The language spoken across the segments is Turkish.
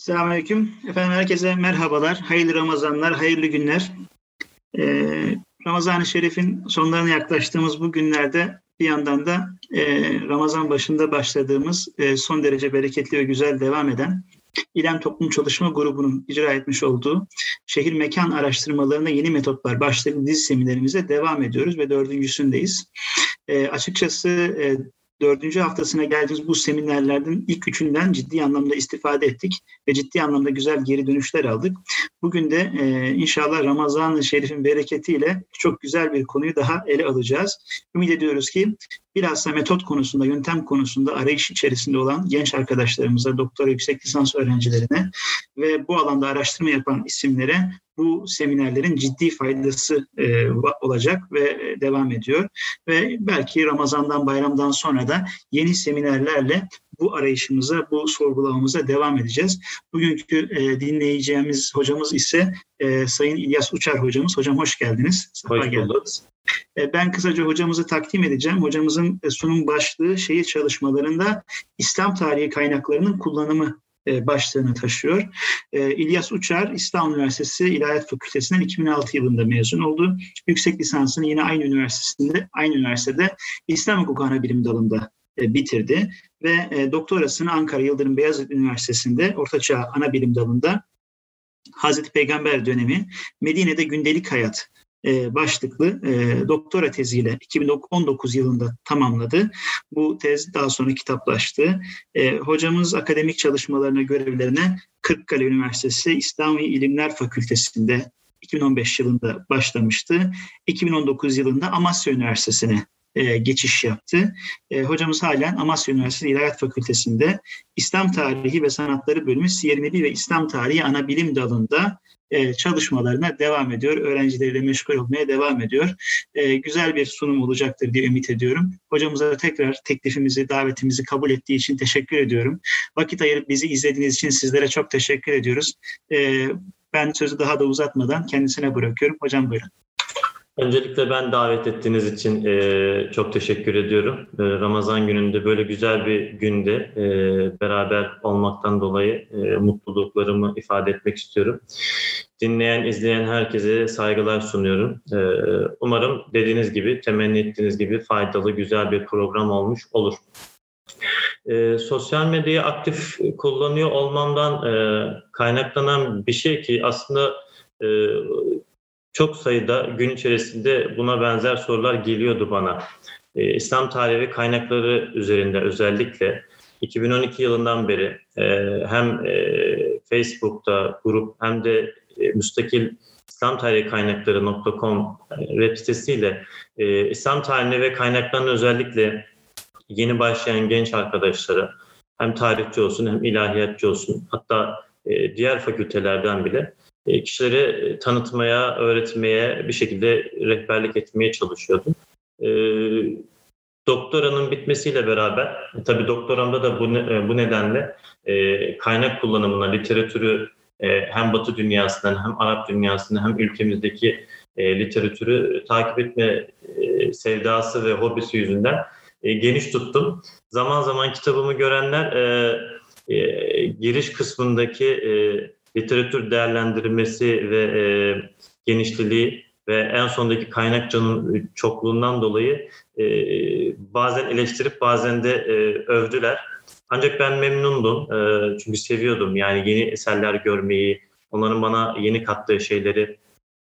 Selamünaleyküm. Efendim herkese merhabalar, hayırlı Ramazanlar, hayırlı günler. Ramazan-ı Şerif'in sonlarına yaklaştığımız bu günlerde bir yandan da Ramazan başında başladığımız son derece bereketli ve güzel devam eden İLEM Toplum Çalışma Grubu'nun icra etmiş olduğu şehir mekan araştırmalarına yeni metotlar başlıklı dizi seminerimize devam ediyoruz ve dördüncüsündeyiz. Açıkçası dördüncü haftasına geldiğimiz bu seminerlerden ilk üçünden ciddi anlamda istifade ettik ve ciddi anlamda güzel geri dönüşler aldık. Bugün de inşallah Ramazan-ı Şerif'in bereketiyle çok güzel bir konuyu daha ele alacağız. Ümit ediyoruz ki bilhassa metot konusunda, yöntem konusunda arayış içerisinde olan genç arkadaşlarımıza, doktora, yüksek lisans öğrencilerine ve bu alanda araştırma yapan isimlere bu seminerlerin ciddi faydası olacak ve devam ediyor. Ve belki Ramazan'dan, bayramdan sonra da yeni seminerlerle bu arayışımıza, bu sorgulamamıza devam edeceğiz. Bugünkü dinleyeceğimiz hocamız ise Sayın İlyas Uçar hocamız. Hocam hoş geldiniz. Hoş bulduk. Ben kısaca hocamızı takdim edeceğim. Hocamızın sunum başlığı şehir çalışmalarında İslam tarihi kaynaklarının kullanımı başlığını taşıyor. İlyas Uçar, İstanbul Üniversitesi İlahiyat Fakültesinden 2006 yılında mezun oldu. Yüksek lisansını yine aynı üniversitede İslam Hukuku Anabilim dalında bitirdi ve doktorasını Ankara Yıldırım Beyazıt Üniversitesi'nde Ortaçağ Anabilim dalında Hazreti Peygamber dönemi Medine'de gündelik hayat başlıklı doktora teziyle 2019 yılında tamamladı. Bu tez daha sonra kitaplaştı. Hocamız akademik çalışmalarına, görevlerine Kırıkkale Üniversitesi İslami İlimler Fakültesi'nde 2015 yılında başlamıştı. 2019 yılında Amasya Üniversitesi'ne geçiş yaptı. Hocamız halen Amasya Üniversitesi İlahiyat Fakültesi'nde İslam Tarihi ve Sanatları bölümü Siyer-i Nebi ve İslam Tarihi Anabilim dalında çalışmalarına devam ediyor. Öğrencileriyle meşgul olmaya devam ediyor. Güzel bir sunum olacaktır diye ümit ediyorum. Hocamıza tekrar teklifimizi, davetimizi kabul ettiği için teşekkür ediyorum. Vakit ayırıp bizi izlediğiniz için sizlere çok teşekkür ediyoruz. Ben sözü daha da uzatmadan kendisine bırakıyorum. Hocam buyurun. Öncelikle ben davet ettiğiniz için çok teşekkür ediyorum. Ramazan gününde böyle güzel bir günde beraber olmaktan dolayı mutluluklarımı ifade etmek istiyorum. Dinleyen, izleyen herkese saygılar sunuyorum. Umarım dediğiniz gibi, temenni ettiğiniz gibi faydalı, güzel bir program olmuş olur. Sosyal medyayı aktif kullanıyor olmamdan kaynaklanan bir şey ki aslında çok sayıda gün içerisinde buna benzer sorular geliyordu bana. İslam tarihi ve kaynakları üzerinde özellikle 2012 yılından beri hem Facebook'ta grup hem de müstakil islamtarihikaynakları.com web sitesiyle İslam tarihini ve kaynaklarını özellikle yeni başlayan genç arkadaşlara hem tarihçi olsun hem ilahiyatçı olsun hatta diğer fakültelerden bile kişilere tanıtmaya, öğretmeye, bir şekilde rehberlik etmeye çalışıyordum. Doktoranın bitmesiyle beraber, tabii doktoramda da bu nedenle kaynak kullanımına, literatürü hem Batı dünyasından hem Arap dünyasından hem ülkemizdeki literatürü takip etme sevdası ve hobisi yüzünden geniş tuttum. Zaman zaman kitabımı görenler giriş kısmındaki literatür değerlendirmesi ve genişliliği ve en sondaki kaynakçanın çokluğundan dolayı bazen eleştirip bazen de övdüler. Ancak ben memnundum çünkü seviyordum yani yeni eserler görmeyi, onların bana yeni kattığı şeyleri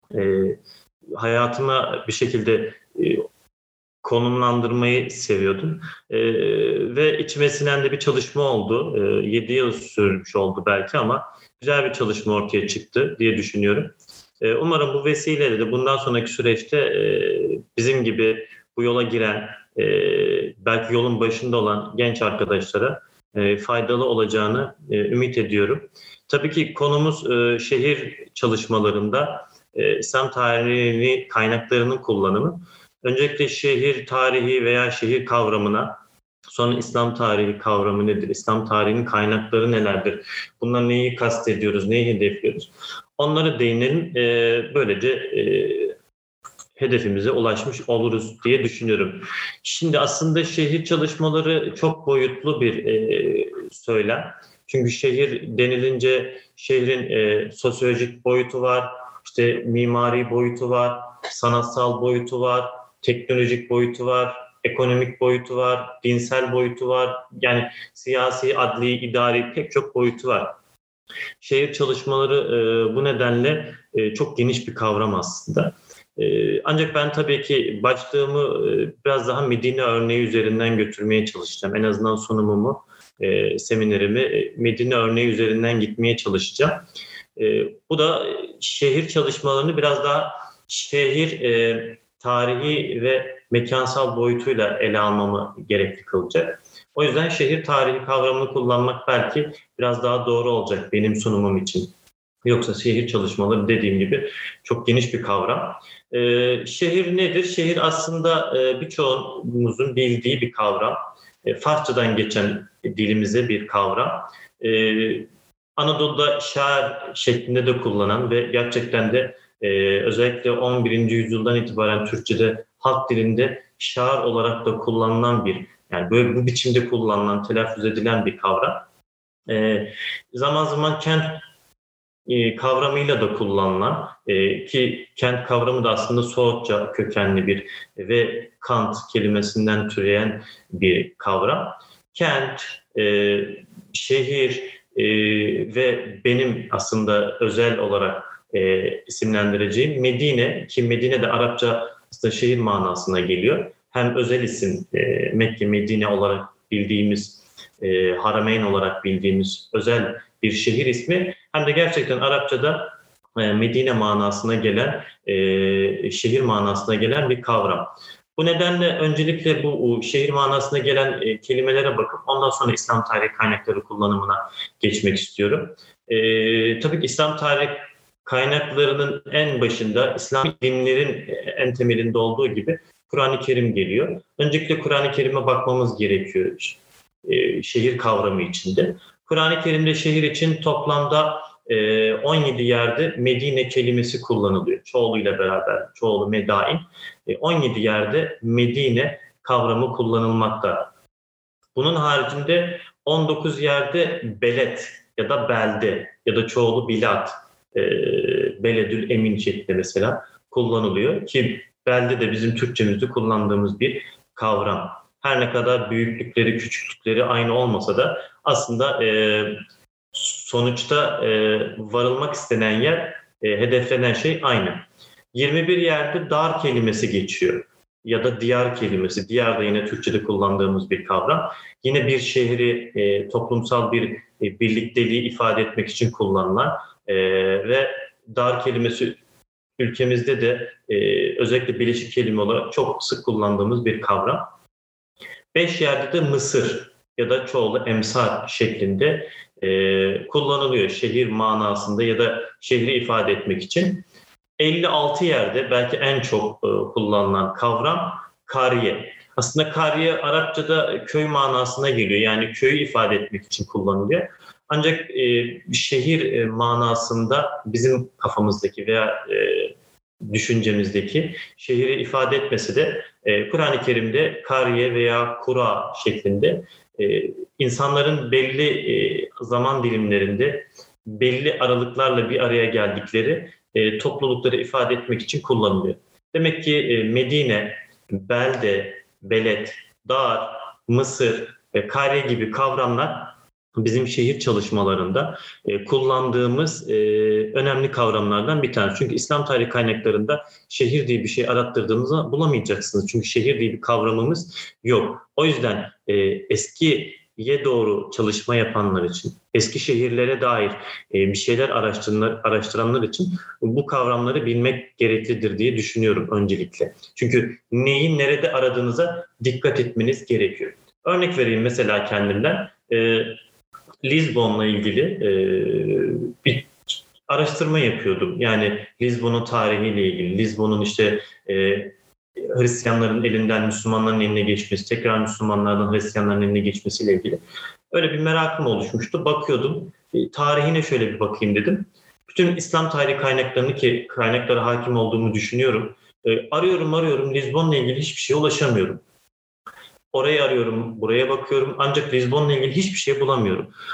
hayatıma bir şekilde konumlandırmayı seviyordum. Ve içime sinen de bir çalışma oldu. 7 yıl sürmüş oldu belki ama güzel bir çalışma ortaya çıktı diye düşünüyorum. Umarım bu vesileyle de bundan sonraki süreçte bizim gibi bu yola giren, belki yolun başında olan genç arkadaşlara faydalı olacağını ümit ediyorum. Tabii ki konumuz şehir çalışmalarında İslam tarihi kaynaklarının kullanımı. Öncelikle şehir tarihi veya şehir kavramına, sonra İslam tarihi kavramı nedir? İslam tarihinin kaynakları nelerdir? Bunlar neyi kastediyoruz, neyi hedefliyoruz? Onlara değinelim. Böylece hedefimize ulaşmış oluruz diye düşünüyorum. Şimdi aslında şehir çalışmaları çok boyutlu bir söylem. Çünkü şehir denilince şehrin sosyolojik boyutu var, işte mimari boyutu var, sanatsal boyutu var, teknolojik boyutu var, ekonomik boyutu var, dinsel boyutu var. Yani siyasi, adli, idari pek çok boyutu var. Şehir çalışmaları bu nedenle çok geniş bir kavram aslında. Ancak ben tabii ki başlığımı biraz daha Medine örneği üzerinden götürmeye çalışacağım. En azından sunumumu, seminerimi Medine örneği üzerinden gitmeye çalışacağım. Bu da şehir çalışmalarını biraz daha şehir tarihi ve mekansal boyutuyla ele almamı gerekli kılacak. O yüzden şehir tarihi kavramını kullanmak belki biraz daha doğru olacak benim sunumum için. Yoksa şehir çalışmaları dediğim gibi çok geniş bir kavram. Şehir nedir? Şehir aslında birçoğumuzun bildiği bir kavram. Farsçadan geçen dilimize bir kavram. Anadolu'da şehir şeklinde de kullanılan ve gerçekten de özellikle 11. yüzyıldan itibaren Türkçe'de halk dilinde şehir olarak da kullanılan yani böyle bu biçimde kullanılan, telaffuz edilen bir kavram. Zaman zaman kent kavramıyla da kullanılan ki kent kavramı da aslında Soğutça kökenli ve Kant kelimesinden türeyen bir kavram. Kent, şehir ve benim aslında özel olarak isimlendireceğim Medine, ki Medine de Arapça aslında şehir manasına geliyor. Hem özel isim Mekke, Medine olarak bildiğimiz, Harameyn olarak bildiğimiz özel bir şehir ismi, hem de gerçekten Arapçada Medine manasına gelen, şehir manasına gelen bir kavram. Bu nedenle öncelikle bu şehir manasına gelen kelimelere bakıp ondan sonra İslam tarihi kaynakları kullanımına geçmek istiyorum. Tabii ki İslam tarihi kaynaklarının en başında İslam dinlerin en temelinde olduğu gibi Kur'an-ı Kerim geliyor. Öncelikle Kur'an-ı Kerim'e bakmamız gerekiyor şehir kavramı içinde. Kur'an-ı Kerim'de şehir için toplamda 17 yerde Medine kelimesi kullanılıyor. Çoğuluyla beraber, çoğulu Medain. 17 yerde Medine kavramı kullanılmakta. Bunun haricinde 19 yerde belet ya da belde ya da çoğulu bilat, beledül emin şeklinde mesela kullanılıyor ki belde de bizim Türkçemizde kullandığımız bir kavram. Her ne kadar büyüklükleri, küçüklükleri aynı olmasa da aslında sonuçta varılmak istenen yer, hedeflenen şey aynı. 21 yerde dar kelimesi geçiyor ya da diyar kelimesi. Diyar da yine Türkçe'de kullandığımız bir kavram. Yine bir şehri, toplumsal bir birlikteliği ifade etmek için kullanılan ve dar kelimesi ülkemizde de özellikle bileşik kelime olarak çok sık kullandığımız bir kavram. 5 yerde de Mısır ya da çoğulu emsal şeklinde kullanılıyor şehir manasında ya da şehri ifade etmek için. 56 yerde belki en çok kullanılan kavram kariye. Aslında kariye Arapçada köy manasına geliyor. Yani köyü ifade etmek için kullanılıyor. Ancak şehir manasında bizim kafamızdaki veya düşüncemizdeki şehri ifade etmesi de Kur'an-ı Kerim'de kariye veya kura şeklinde insanların belli zaman dilimlerinde belli aralıklarla bir araya geldikleri toplulukları ifade etmek için kullanılıyor. Demek ki Medine, belde, belet, dar, Mısır ve kariye gibi kavramlar bizim şehir çalışmalarında kullandığımız önemli kavramlardan bir tanesi. Çünkü İslam tarihi kaynaklarında şehir diye bir şey arattırdığınızda bulamayacaksınız. Çünkü şehir diye bir kavramımız yok. O yüzden eskiye doğru çalışma yapanlar için, eski şehirlere dair bir şeyler araştıranlar için bu kavramları bilmek gereklidir diye düşünüyorum öncelikle. Çünkü neyi nerede aradığınıza dikkat etmeniz gerekiyor. Örnek vereyim mesela kendimden. Lizbon'la ilgili bir araştırma yapıyordum. Yani Lizbon'un tarihiyle ilgili, Lizbon'un işte Hristiyanların elinden Müslümanların eline geçmesi, tekrar Müslümanlardan Hristiyanların eline geçmesiyle ilgili. Öyle bir merakım oluşmuştu. Bakıyordum, tarihine şöyle bir bakayım dedim. Bütün İslam tarihi kaynaklarını, ki kaynaklara hakim olduğumu düşünüyorum. Arıyorum, Lizbon'la ilgili hiçbir şeye ulaşamıyorum. Orayı arıyorum, buraya bakıyorum ancak Lizbon'la ilgili hiçbir şey bulamıyorum.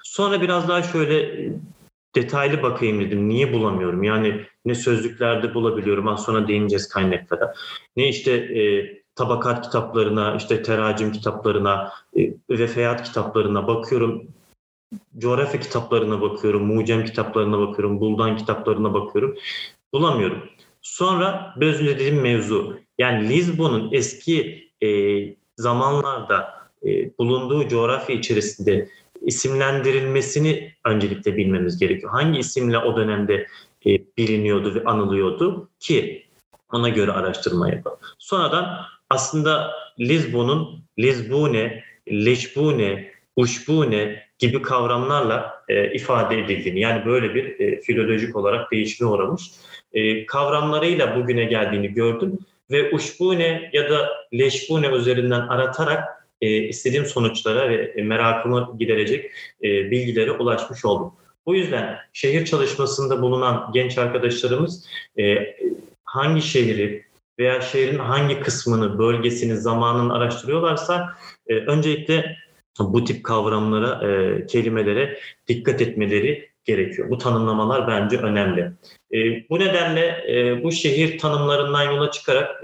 Sonra biraz daha şöyle detaylı bakayım dedim. Niye bulamıyorum? Yani ne sözlüklerde bulabiliyorum. Az sonra değineceğiz kaynaklara. Ne işte tabakat kitaplarına, işte teracim kitaplarına, vefayat kitaplarına bakıyorum. Coğrafya kitaplarına bakıyorum. Mucem kitaplarına bakıyorum. Buldan kitaplarına bakıyorum. Bulamıyorum. Sonra biraz önce dediğim mevzu. Yani Lizbon'un eski zamanlarda bulunduğu coğrafya içerisinde isimlendirilmesini öncelikle bilmemiz gerekiyor. Hangi isimle o dönemde biliniyordu ve anılıyordu ki ona göre araştırma yapalım. Sonradan aslında Lizbon'un Lizbune, Leşbune, Uşbune gibi kavramlarla ifade edildiğini, yani böyle bir filolojik olarak değişime uğramış kavramlarıyla bugüne geldiğini gördüm ve Uşbune ya da Leşbune üzerinden aratarak istediğim sonuçlara ve merakımı giderecek bilgilere ulaşmış oldum. Bu yüzden şehir çalışmasında bulunan genç arkadaşlarımız hangi şehri veya şehrin hangi kısmını, bölgesini, zamanını araştırıyorlarsa öncelikle bu tip kavramlara, kelimelere dikkat etmeleri gerekiyor. Bu tanımlamalar bence önemli. Bu nedenle bu şehir tanımlarından yola çıkarak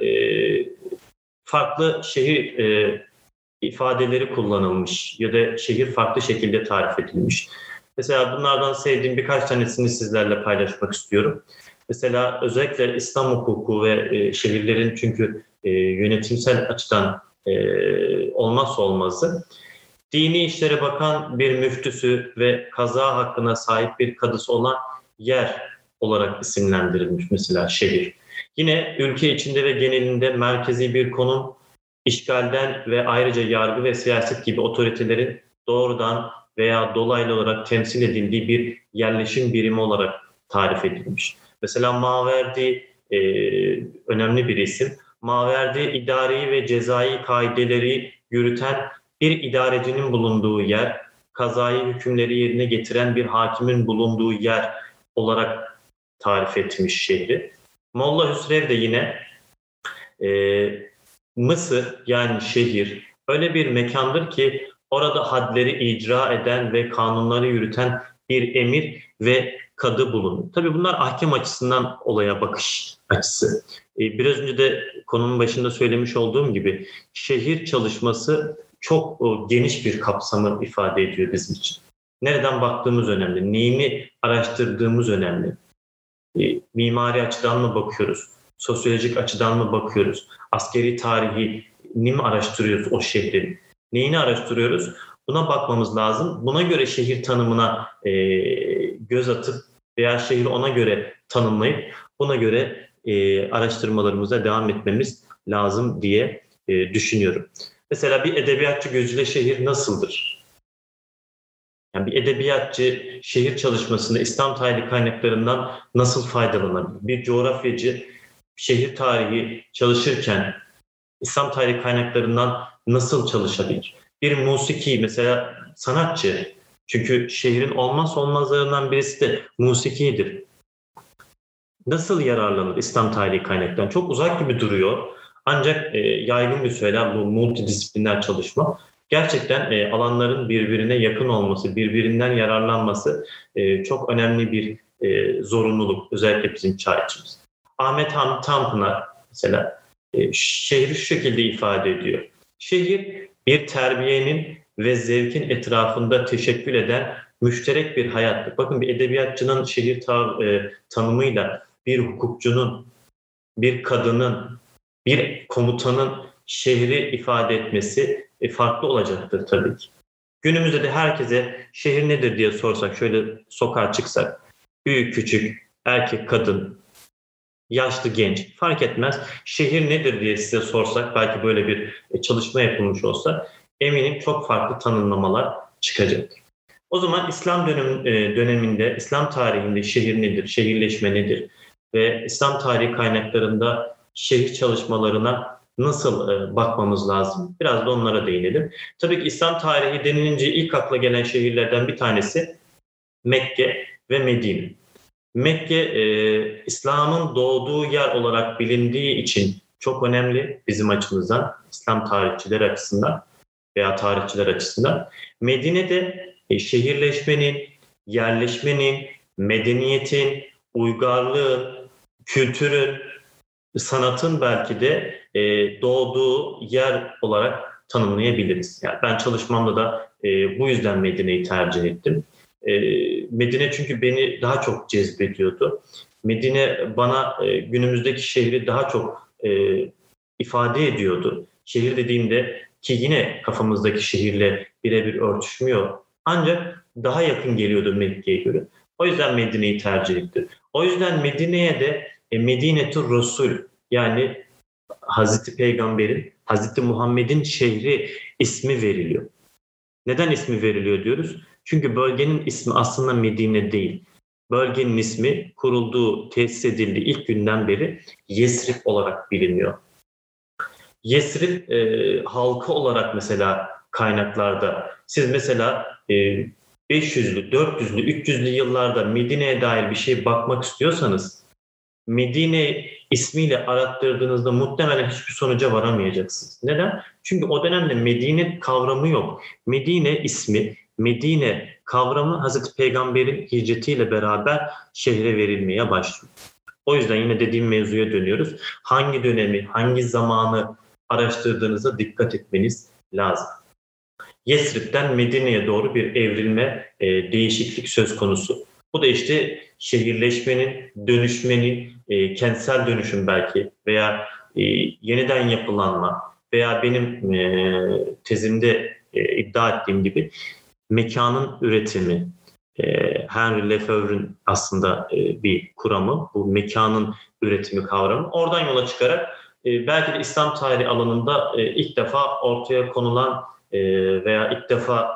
farklı şehir ifadeleri kullanılmış ya da şehir farklı şekilde tarif edilmiş. Mesela bunlardan sevdiğim birkaç tanesini sizlerle paylaşmak istiyorum. Mesela özellikle İslam hukuku ve şehirlerin çünkü yönetimsel açıdan olmazsa olmazı. Dini işlere bakan bir müftüsü ve kaza hakkına sahip bir kadısı olan yer olarak isimlendirilmiş mesela şehir. Yine ülke içinde ve genelinde merkezi bir konum, işgalden ve ayrıca yargı ve siyaset gibi otoritelerin doğrudan veya dolaylı olarak temsil edildiği bir yerleşim birimi olarak tarif edilmiş. Mesela Maverdi önemli bir isim. Maverdi idari ve cezai kaideleri yürüten bir idarecinin bulunduğu yer, kazayı hükümleri yerine getiren bir hakimin bulunduğu yer olarak tarif etmiş şehri. Molla Hüsrev de yine Mısır yani şehir öyle bir mekandır ki orada hadleri icra eden ve kanunları yürüten bir emir ve kadı bulunur. Tabii bunlar ahkam açısından olaya bakış açısı. Biraz önce de konunun başında söylemiş olduğum gibi şehir çalışması çok geniş bir kapsamı ifade ediyor bizim için. Nereden baktığımız önemli, neyini araştırdığımız önemli. Mimari açıdan mı bakıyoruz, sosyolojik açıdan mı bakıyoruz, askeri tarihini mi araştırıyoruz o şehrin, neyini araştırıyoruz? Buna bakmamız lazım. Buna göre şehir tanımına göz atıp veya şehri ona göre tanımlayıp buna göre araştırmalarımıza devam etmemiz lazım diye düşünüyorum. Mesela bir edebiyatçı gözüyle şehir nasıldır? Yani bir edebiyatçı şehir çalışmasında İslam tarihi kaynaklarından nasıl faydalanabilir? Bir coğrafyacı şehir tarihi çalışırken İslam tarihi kaynaklarından nasıl çalışabilir? Bir musiki mesela sanatçı, çünkü şehrin olmazsa olmazlarından birisi de musikidir. Nasıl yararlanır İslam tarihi kaynaklarından? Çok uzak gibi duruyor. Ancak yaygın bir söylem bu multidisipliner çalışma. Gerçekten alanların birbirine yakın olması, birbirinden yararlanması çok önemli bir zorunluluk. Özellikle bizim çağ içimiz. Ahmet Hamdi Tanpınar mesela şehri şu şekilde ifade ediyor. Şehir bir terbiyenin ve zevkin etrafında teşekkül eden müşterek bir hayattır. Bakın bir edebiyatçının şehir tanımıyla bir hukukçunun, bir kadının, bir komutanın şehri ifade etmesi farklı olacaktır tabii ki. Günümüzde de herkese şehir nedir diye sorsak, şöyle sokağa çıksak, büyük küçük, erkek kadın, yaşlı genç fark etmez. Şehir nedir diye size sorsak, belki böyle bir çalışma yapılmış olsa eminim çok farklı tanımlamalar çıkacak. O zaman İslam döneminde, İslam tarihinde şehir nedir, şehirleşme nedir ve İslam tarihi kaynaklarında şehir çalışmalarına nasıl bakmamız lazım? Biraz da onlara değinelim. Tabii ki İslam tarihi denilince ilk akla gelen şehirlerden bir tanesi Mekke ve Medine. Mekke, İslam'ın doğduğu yer olarak bilindiği için çok önemli bizim açımızdan, İslam tarihçiler açısından veya tarihçiler açısından. Medine de şehirleşmenin, yerleşmenin, medeniyetin, uygarlığın, kültürün, sanatın belki de doğduğu yer olarak tanımlayabiliriz. Yani ben çalışmamda da bu yüzden Medine'yi tercih ettim. Medine çünkü beni daha çok cezbediyordu. Medine bana günümüzdeki şehri daha çok ifade ediyordu. Şehir dediğimde ki yine kafamızdaki şehirle birebir örtüşmüyor. Ancak daha yakın geliyordu Mekke'ye göre. O yüzden Medine'yi tercih ettim. O yüzden Medine'ye de Medinetur Resul yani Hazreti Peygamber'in, Hazreti Muhammed'in şehri ismi veriliyor. Neden ismi veriliyor diyoruz? Çünkü bölgenin ismi aslında Medine değil. Bölgenin ismi kurulduğu, tesis edildiği ilk günden beri Yesrib olarak biliniyor. Yesrib halkı olarak mesela kaynaklarda siz mesela 500'lü, 400'lü, 300'lü yıllarda Medine'ye dair bir şey bakmak istiyorsanız Medine ismiyle arattırdığınızda muhtemelen hiçbir sonuca varamayacaksınız. Neden? Çünkü o dönemde Medine kavramı yok. Medine ismi, Medine kavramı Hazreti Peygamber'in hicretiyle beraber şehre verilmeye başlıyor. O yüzden yine dediğim mevzuya dönüyoruz. Hangi dönemi, hangi zamanı araştırdığınıza dikkat etmeniz lazım. Yesrib'den Medine'ye doğru bir evrilme, değişiklik söz konusu. Bu da işte şehirleşmenin, dönüşmenin, kentsel dönüşüm belki veya yeniden yapılanma veya benim tezimde iddia ettiğim gibi mekanın üretimi. Henry Lefebvre'ün aslında bir kuramı, bu mekanın üretimi kavramı. Oradan yola çıkarak belki de İslam tarihi alanında ilk defa ortaya konulan veya ilk defa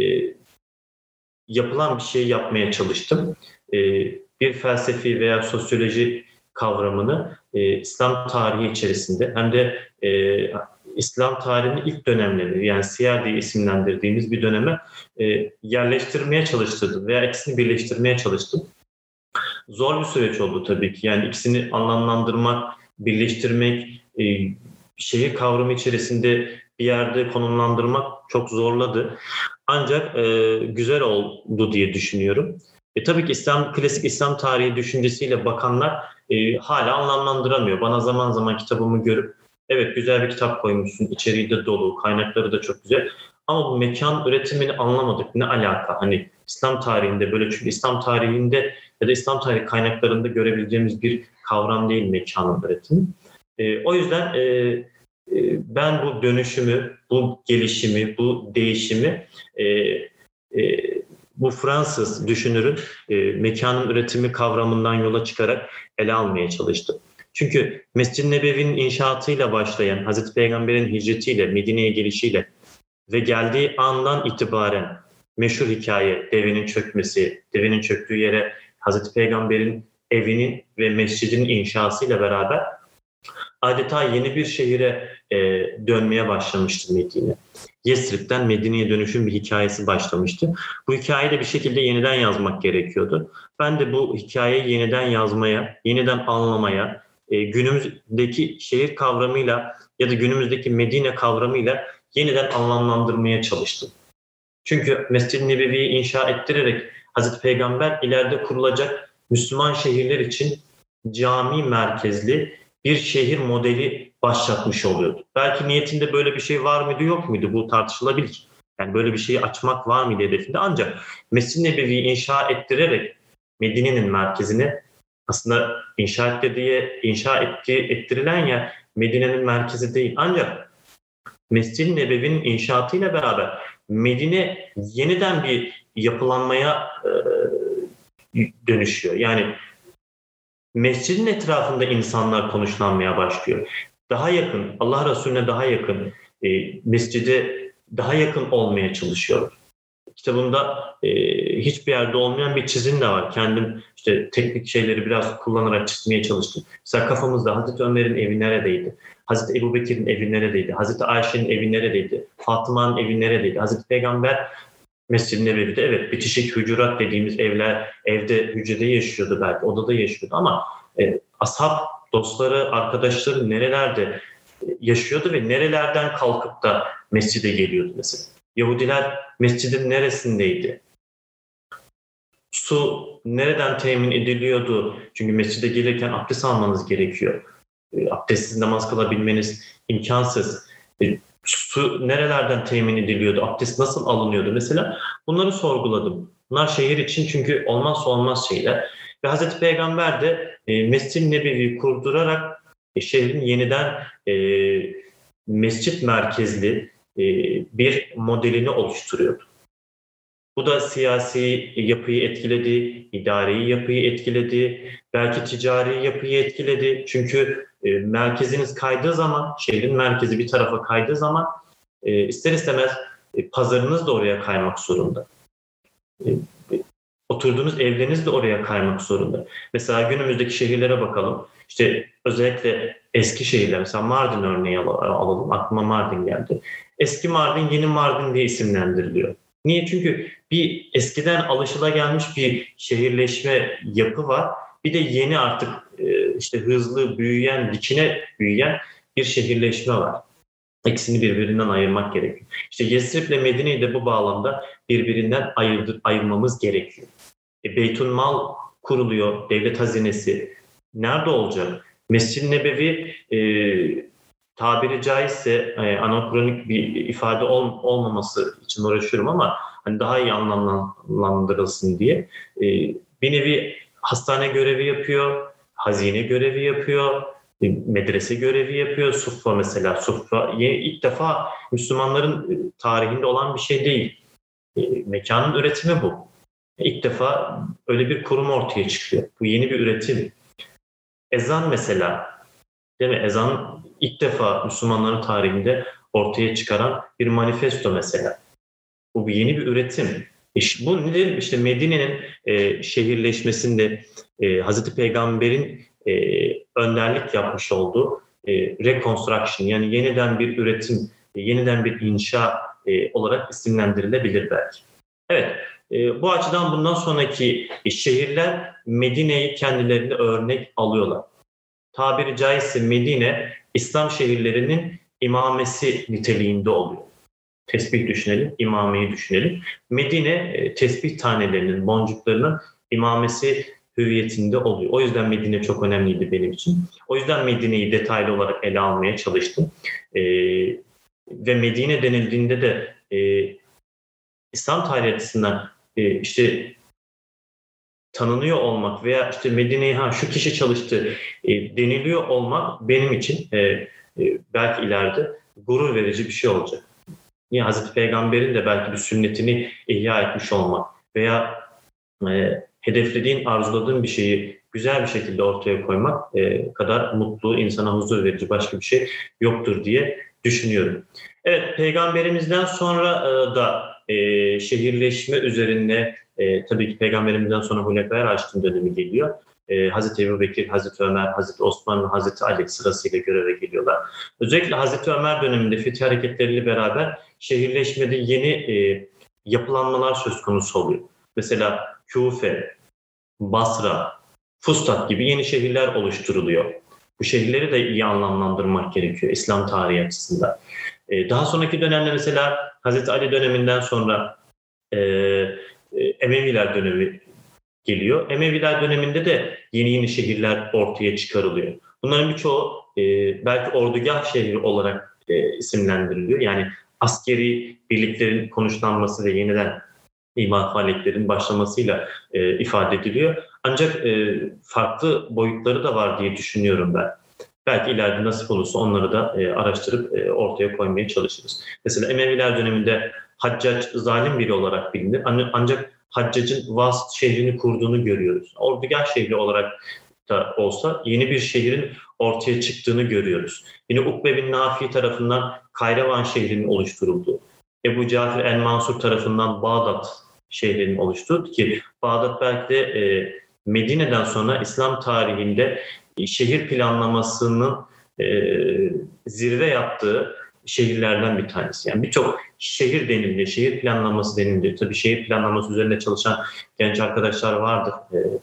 yapılan bir şey yapmaya çalıştım. Bir felsefi veya sosyoloji kavramını İslam tarihi içerisinde hem de İslam tarihinin ilk dönemleri yani Siyer diye isimlendirdiğimiz bir döneme yerleştirmeye çalıştırdım veya ikisini birleştirmeye çalıştım. Zor bir süreç oldu tabii ki. Yani ikisini anlamlandırmak, birleştirmek, şehir kavramı içerisinde bir yerde konumlandırmak çok zorladı. Ancak güzel oldu diye düşünüyorum. Tabii ki klasik İslam tarihi düşüncesiyle bakanlar hala anlamlandıramıyor. Bana zaman zaman kitabımı görüp evet güzel bir kitap koymuşsun, içeriği de dolu, kaynakları da çok güzel. Ama bu mekan üretimini anlamadık. Ne alaka? Hani İslam tarihinde böyle çünkü İslam tarihinde ya da İslam tarihi kaynaklarında görebileceğimiz bir kavram değil mekanın üretimi. O yüzden ben bu dönüşümü, bu gelişimi, bu değişimi bu Fransız düşünürün mekanın üretimi kavramından yola çıkarak ele almaya çalıştım. Çünkü Mescid-i Nebevi'nin inşaatıyla başlayan, Hazreti Peygamber'in hicretiyle, Medine'ye gelişiyle ve geldiği andan itibaren meşhur hikaye devenin çökmesi, devenin çöktüğü yere Hazreti Peygamber'in evinin ve mescidinin inşasıyla beraber adeta yeni bir şehire dönmeye başlamıştı Medine. Yesrib'den Medine'ye dönüşüm bir hikayesi başlamıştı. Bu hikayeyi de bir şekilde yeniden yazmak gerekiyordu. Ben de bu hikayeyi yeniden yazmaya, yeniden anlamaya, günümüzdeki şehir kavramıyla ya da günümüzdeki Medine kavramıyla yeniden anlamlandırmaya çalıştım. Çünkü Mescid-i Nebevi'yi inşa ettirerek Hazreti Peygamber ileride kurulacak Müslüman şehirler için cami merkezli bir şehir modeli başlatmış oluyordu. Belki niyetinde böyle bir şey var mıydı yok muydu bu tartışılabilir. Yani böyle bir şeyi açmak var mıydı hedefinde ancak Mescid-i Nebevi'yi inşa ettirerek Medine'nin merkezine aslında ettirilen yer Medine'nin merkezi değil ancak Mescid-i Nebevi'nin inşaatıyla beraber Medine yeniden bir yapılanmaya dönüşüyor. Yani mescidin etrafında insanlar konuşlanmaya başlıyor. Daha yakın, Allah Resulüne daha yakın, mescide daha yakın olmaya çalışıyor. Kitabımda hiçbir yerde olmayan bir çizim de var. Kendim işte teknik şeyleri biraz kullanarak çizmeye çalıştım. Mesela kafamızda Hazreti Ömer'in evi neredeydi? Hazreti Ebubekir'in evi neredeydi? Hazreti Ayşe'nin evi neredeydi? Fatıma'nın evi neredeydi? Hazreti Peygamber Mescid-i Nebevi'de evet bitişik hücurat dediğimiz evde hücrede yaşıyordu belki odada yaşıyordu ama ashab dostları arkadaşları nerelerde yaşıyordu ve nerelerden kalkıp da mescide geliyordu mesela. Yahudiler mescidin neresindeydi? Su nereden temin ediliyordu? Çünkü mescide gelirken abdest almanız gerekiyor. Abdestsiz namaz kılabilmeniz imkansız. Su nerelerden temin ediliyordu? Abdest nasıl alınıyordu? Mesela bunları sorguladım. Bunlar şehir için çünkü olmazsa olmaz şeyler. Ve Hazreti Peygamber de Mescid-i Nebevi kurdurarak şehrin yeniden mescit merkezli bir modelini oluşturuyordu. Bu da siyasi yapıyı etkiledi, idari yapıyı etkiledi, belki ticari yapıyı etkiledi. Çünkü merkeziniz kaydığı zaman, şehrin merkezi bir tarafa kaydığı zaman ister istemez pazarınız da oraya kaymak zorunda. Oturduğunuz evleriniz de oraya kaymak zorunda. Mesela günümüzdeki şehirlere bakalım. İşte özellikle eski şehirler, mesela Mardin örneği alalım. Aklıma Mardin geldi. Eski Mardin, yeni Mardin diye isimlendiriliyor. Niye? Çünkü bir eskiden alışılagelmiş bir şehirleşme yapı var. Bir de yeni artık işte hızlı büyüyen, dikine büyüyen bir şehirleşme var. İkisini birbirinden ayırmak gerekiyor. İşte Yesrib ile Medine'yi de bu bağlamda birbirinden ayırmamız gerekiyor. Beytülmal kuruluyor, devlet hazinesi. Nerede olacak? Mescid-i Nebevi tabiri caizse anakronik bir ifade olmaması için uğraşıyorum ama hani daha iyi anlamlandırılsın diye bir nevi hastane görevi yapıyor, hazine görevi yapıyor, medrese görevi yapıyor. Suffa mesela. Suffa ilk defa Müslümanların tarihinde olan bir şey değil. Mekanın üretimi bu. İlk defa öyle bir kurum ortaya çıkıyor. Bu yeni bir üretim. Ezan mesela, değil mi? Ezan ilk defa Müslümanların tarihinde ortaya çıkaran bir manifesto mesela. Bu bir yeni bir üretim. Bu nedir? İşte Medine'nin şehirleşmesinde Hazreti Peygamber'in önderlik yapmış olduğu reconstruction, yani yeniden bir üretim, yeniden bir inşa olarak isimlendirilebilir belki. Evet, bu açıdan bundan sonraki şehirler Medine'yi kendilerine örnek alıyorlar. Tabiri caizse Medine, İslam şehirlerinin imamesi niteliğinde oluyor. Tesbih düşünelim, imameyi düşünelim. Medine, tesbih tanelerinin, boncuklarının imamesi hüviyetinde oluyor. O yüzden Medine çok önemliydi benim için. O yüzden Medine'yi detaylı olarak ele almaya çalıştım. Ve Medine denildiğinde de İslam tarihi açısından işte tanınıyor olmak veya işte Medine'ye şu kişi çalıştı deniliyor olmak benim için belki ileride gurur verici bir şey olacak. Niye? Hazreti Peygamber'in de belki bir sünnetini ihya etmiş olmak veya hedeflediğin, arzuladığın bir şeyi güzel bir şekilde ortaya koymak kadar mutlu, insana huzur verici başka bir şey yoktur diye düşünüyorum. Evet, Peygamberimizden sonra da şehirleşme üzerine tabii ki Peygamberimizden sonra Hulefâ Raşidîn dönemi geliyor. Hazreti Ebubekir, Hazreti Ömer, Hazreti Osman ve Hazreti Ali sırasıyla göreve geliyorlar. Özellikle Hazreti Ömer döneminde Fethi hareketleriyle beraber şehirleşmede yeni yapılanmalar söz konusu oluyor. Mesela Küfe, Basra, Fustat gibi yeni şehirler oluşturuluyor. Bu şehirleri de iyi anlamlandırmak gerekiyor İslam tarihi açısından. Daha sonraki dönemde mesela Hazreti Ali döneminden sonra Emeviler dönemi geliyor. Emeviler döneminde de yeni şehirler ortaya çıkarılıyor. Bunların birçoğu belki ordugah şehri olarak isimlendiriliyor. Yani askeri birliklerin konuşlanması ve yeniden imar faaliyetlerinin başlamasıyla ifade ediliyor. Ancak farklı boyutları da var diye düşünüyorum ben. Belki ileride nasip olursa onları da araştırıp ortaya koymaya çalışırız. Mesela Emeviler döneminde Haccac zalim biri olarak bilinir. Ancak Haccac'ın Vas şehrini kurduğunu görüyoruz. Ordugah şehri olarak da olsa yeni bir şehrin ortaya çıktığını görüyoruz. Yine Ukbe bin Nafi tarafından Kayravan şehrinin oluşturulduğu, Ebu Cafer el-Mansur tarafından Bağdat şehrinin oluşturulduğu ki Bağdat belki de Medine'den sonra İslam tarihinde şehir planlamasının zirve yaptığı şehirlerden bir tanesi. Yani birçok şehir denildi, şehir planlaması denildi. Tabii şehir planlaması üzerinde çalışan genç arkadaşlar vardır.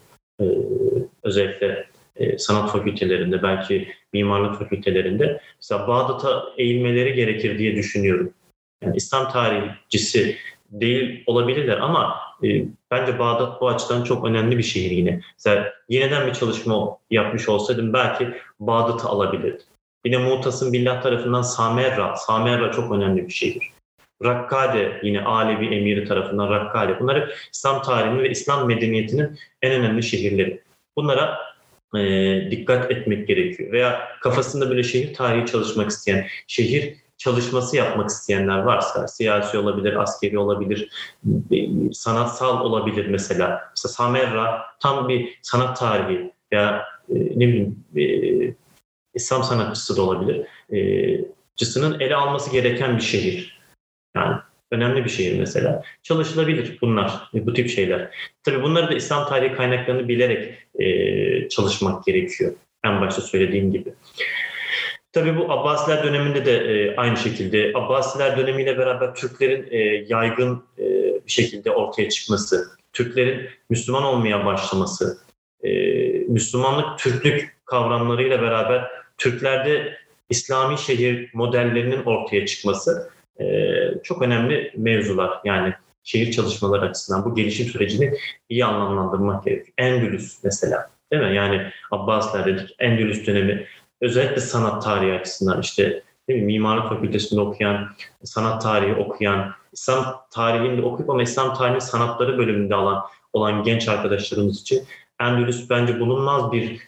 Özellikle sanat fakültelerinde, belki mimarlık fakültelerinde. Mesela Bağdat'a eğilmeleri gerekir diye düşünüyorum. Yani İslam tarihçisi değil olabilirler ama bence Bağdat bu açıdan çok önemli bir şehir yine. Mesela yeniden bir çalışma yapmış olsaydım belki Bağdat'ı alabilirdim. Yine Mu'tasim Billah tarafından Samerra çok önemli bir şehir. Rakkade yine Alevi emiri tarafından Rakkade. Bunlar hep İslam tarihinin ve İslam medeniyetinin en önemli şehirleri. Bunlara dikkat etmek gerekiyor. Veya kafasında böyle şehir tarihi çalışmak isteyen, şehir çalışması yapmak isteyenler varsa, siyasi olabilir, askeri olabilir, sanatsal olabilir mesela. Mesela Samerra tam bir sanat tarihi veya ne bileyim İslam sanatçısı da olabilir. Cısının ele alması gereken bir şehir. Yani önemli bir şehir mesela. Çalışılabilir bunlar, bu tip şeyler. Tabii bunları da İslam tarihi kaynaklarını bilerek çalışmak gerekiyor. En başta söylediğim gibi. Tabii bu Abbasiler döneminde de aynı şekilde. Abbasiler dönemiyle beraber Türklerin yaygın bir şekilde ortaya çıkması, Türklerin Müslüman olmaya başlaması, Müslümanlık, Türklük kavramlarıyla beraber Türklerde İslami şehir modellerinin ortaya çıkması çok önemli mevzular. Yani şehir çalışmaları açısından bu gelişim sürecini iyi anlamlandırmak gerekiyor. Endülüs mesela, değil mi? Yani Abbasiler dedik, Endülüs dönemi özellikle sanat tarihi açısından işte değil mi? Mimarlık Fakültesi'nde okuyan, sanat tarihi okuyan, İslam tarihinde okuyup ama İslam tarihinin sanatları bölümünde olan genç arkadaşlarımız için Endülüs bence bulunmaz bir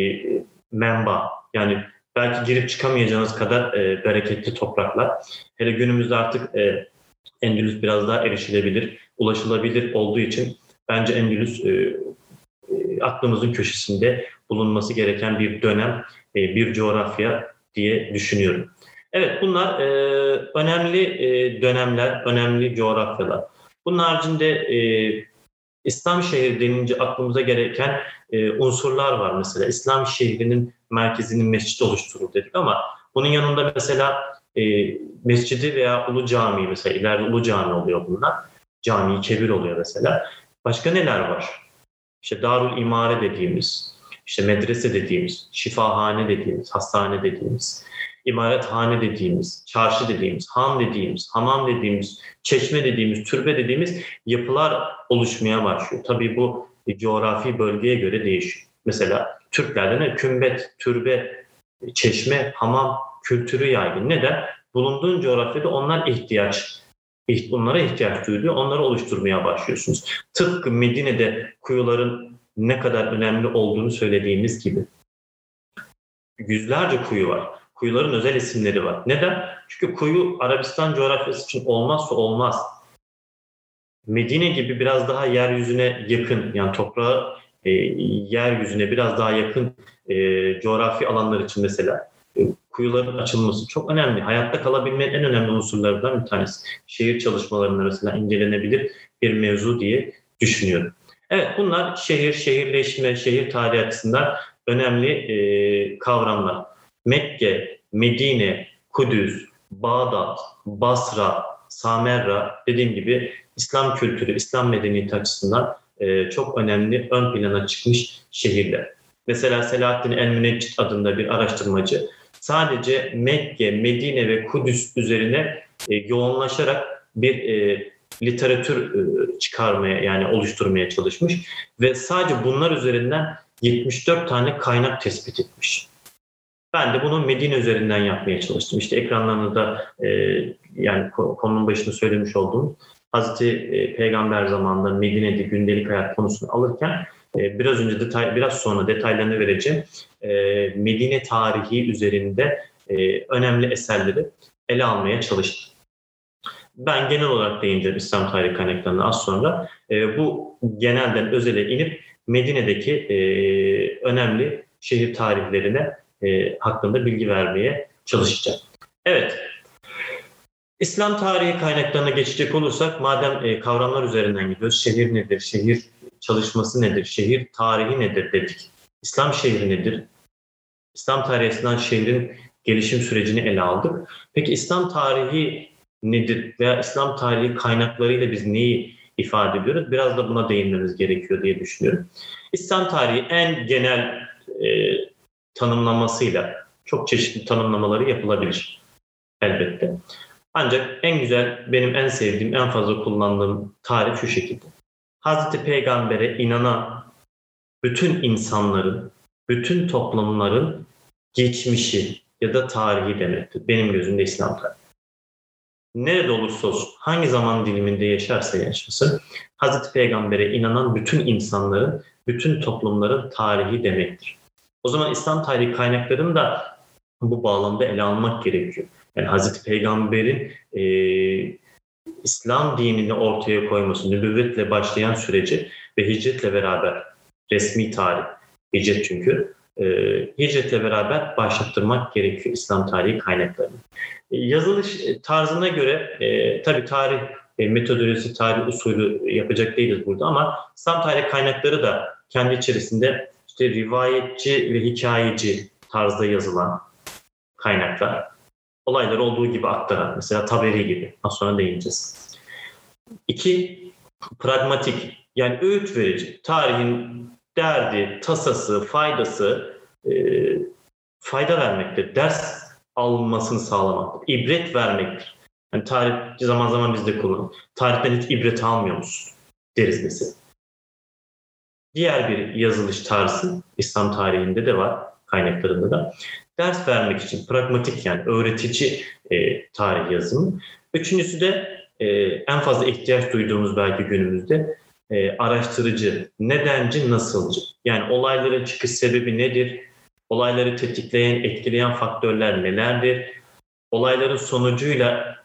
menba. Yani belki girip çıkamayacağınız kadar bereketli topraklar. Hele günümüzde artık Endülüs biraz daha erişilebilir, ulaşılabilir olduğu için bence Endülüs aklımızın köşesinde bulunması gereken bir dönem, bir coğrafya diye düşünüyorum. Evet, bunlar önemli dönemler, önemli coğrafyalar. Bunun haricinde İslam şehri denince aklımıza gereken unsurlar var mesela. İslam şehrinin merkezinin mescit oluşturur dedik ama bunun yanında mesela mescidi veya ulu cami mesela ileride ulu cami oluyor bunlar. Cami-i Kebir oluyor mesela. Başka neler var? İşte Darul İmare dediğimiz, işte medrese dediğimiz, şifahane dediğimiz, hastane dediğimiz, imarethane dediğimiz, çarşı dediğimiz, han dediğimiz, hamam dediğimiz, çeşme dediğimiz, türbe dediğimiz yapılar oluşmaya başlıyor. Tabii bu coğrafi bölgeye göre değişiyor. Mesela Türklerde ne? Kümbet, türbe, çeşme, hamam kültürü yaygın. Neden? Bulunduğun coğrafyada onlara ihtiyaç duyuluyor. Onları oluşturmaya başlıyorsunuz. Tıpkı Medine'de kuyuların ne kadar önemli olduğunu söylediğimiz gibi. Yüzlerce kuyu var. Kuyuların özel isimleri var. Neden? Çünkü kuyu Arabistan coğrafyası için olmazsa olmaz. Medine gibi biraz daha yeryüzüne yakın, yani toprağa, yeryüzüne biraz daha yakın coğrafi alanlar için mesela kuyuların açılması çok önemli. Hayatta kalabilmenin en önemli unsurlarından bir tanesi. Şehir çalışmalarında mesela incelenebilir bir mevzu diye düşünüyorum. Evet, bunlar şehir, şehirleşme, şehir tarihi açısından önemli kavramlar. Mekke, Medine, Kudüs, Bağdat, Basra, Samerra dediğim gibi İslam kültürü, İslam medeniyeti açısından çok önemli ön plana çıkmış şehirler. Mesela Selahaddin el-Müneccit adında bir araştırmacı sadece Mekke, Medine ve Kudüs üzerine yoğunlaşarak bir literatür çıkarmaya yani oluşturmaya çalışmış ve sadece bunlar üzerinden 74 tane kaynak tespit etmiş. Ben de bunu Medine üzerinden yapmaya çalıştım. İşte ekranlarında yani konunun başında söylemiş olduğum Hazreti Peygamber zamanında Medine'de gündelik hayat konusunu alırken biraz sonra detaylarını vereceğim. Medine tarihi üzerinde önemli eserleri ele almaya çalıştım. Ben genel olarak değineceğim İslam tarihi kaynaklarına az sonra. Bu genelden özele inip Medine'deki önemli şehir tarihlerine hakkında bilgi vermeye çalışacağım. Evet, İslam tarihi kaynaklarına geçecek olursak, madem kavramlar üzerinden gidiyoruz, şehir nedir, şehir çalışması nedir, şehir tarihi nedir dedik. İslam şehri nedir? İslam tarihi açısından şehrin gelişim sürecini ele aldık. Peki İslam tarihi nedir veya İslam tarihi kaynaklarıyla biz neyi ifade ediyoruz? Biraz da buna değinmemiz gerekiyor diye düşünüyorum. İslam tarihi en genel tanımlamasıyla çok çeşitli tanımlamaları yapılabilir elbette. Ancak en güzel, benim en sevdiğim, en fazla kullandığım tarif şu şekilde. Hazreti Peygamber'e inanan bütün insanların, bütün toplumların geçmişi ya da tarihi demektir. Benim gözümde İslam tarihi. Nerede olursa olsun, hangi zaman diliminde yaşarsa yaşasın, Hazreti Peygamber'e inanan bütün insanların, bütün toplumların tarihi demektir. O zaman İslam tarihi kaynaklarını da bu bağlamda ele almak gerekiyor. Yani Hazreti Peygamber'in İslam dinini ortaya koyması, nübüvvetle başlayan süreci ve hicretle beraber, resmi tarih, hicret çünkü, hicretle beraber başlattırmak gerekiyor İslam tarihi kaynaklarını. Yazılış tarzına göre tabii tarih metodolojisi, tarih usulü yapacak değiliz burada ama İslam tarihi kaynakları da kendi içerisinde işte rivayetçi ve hikayeci tarzda yazılan kaynaklar. Olayları olduğu gibi aktaran, mesela Taberi gibi. Az sonra değineceğiz. 2. Pragmatik, yani öğüt verici. Tarihin derdi, tasası, faydası fayda vermektir. Ders alınmasını sağlamaktır. İbret vermektir. Yani tarih zaman zaman biz de kullanıyoruz. Tarihten hiç ibret almıyor musun deriz mesela. Diğer bir yazılış tarzı İslam tarihinde de var, kaynaklarında da. Ders vermek için pragmatik, yani öğretici tarih yazımı. Üçüncüsü de en fazla ihtiyaç duyduğumuz belki günümüzde araştırıcı, nedenci, nasılcı. Yani olayların çıkış sebebi nedir? Olayları tetikleyen, etkileyen faktörler nelerdir? Olayların sonucuyla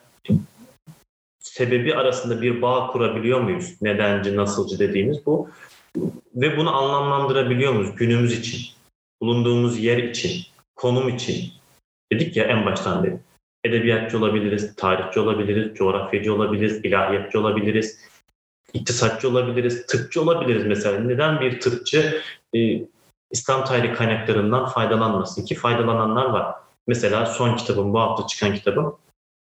sebebi arasında bir bağ kurabiliyor muyuz? Nedenci, nasılcı dediğimiz bu. Ve bunu anlamlandırabiliyor muyuz günümüz için? Bulunduğumuz yer için, konum için. Dedik ya en baştan beri. Edebiyatçı olabiliriz, tarihçi olabiliriz, coğrafyacı olabiliriz, ilahiyatçı olabiliriz, iktisatçı olabiliriz, tıpçı olabiliriz mesela. Neden bir tıpçı İslam tarihi kaynaklarından faydalanmasın ki? Faydalananlar var. Mesela son kitabım, bu hafta çıkan kitabım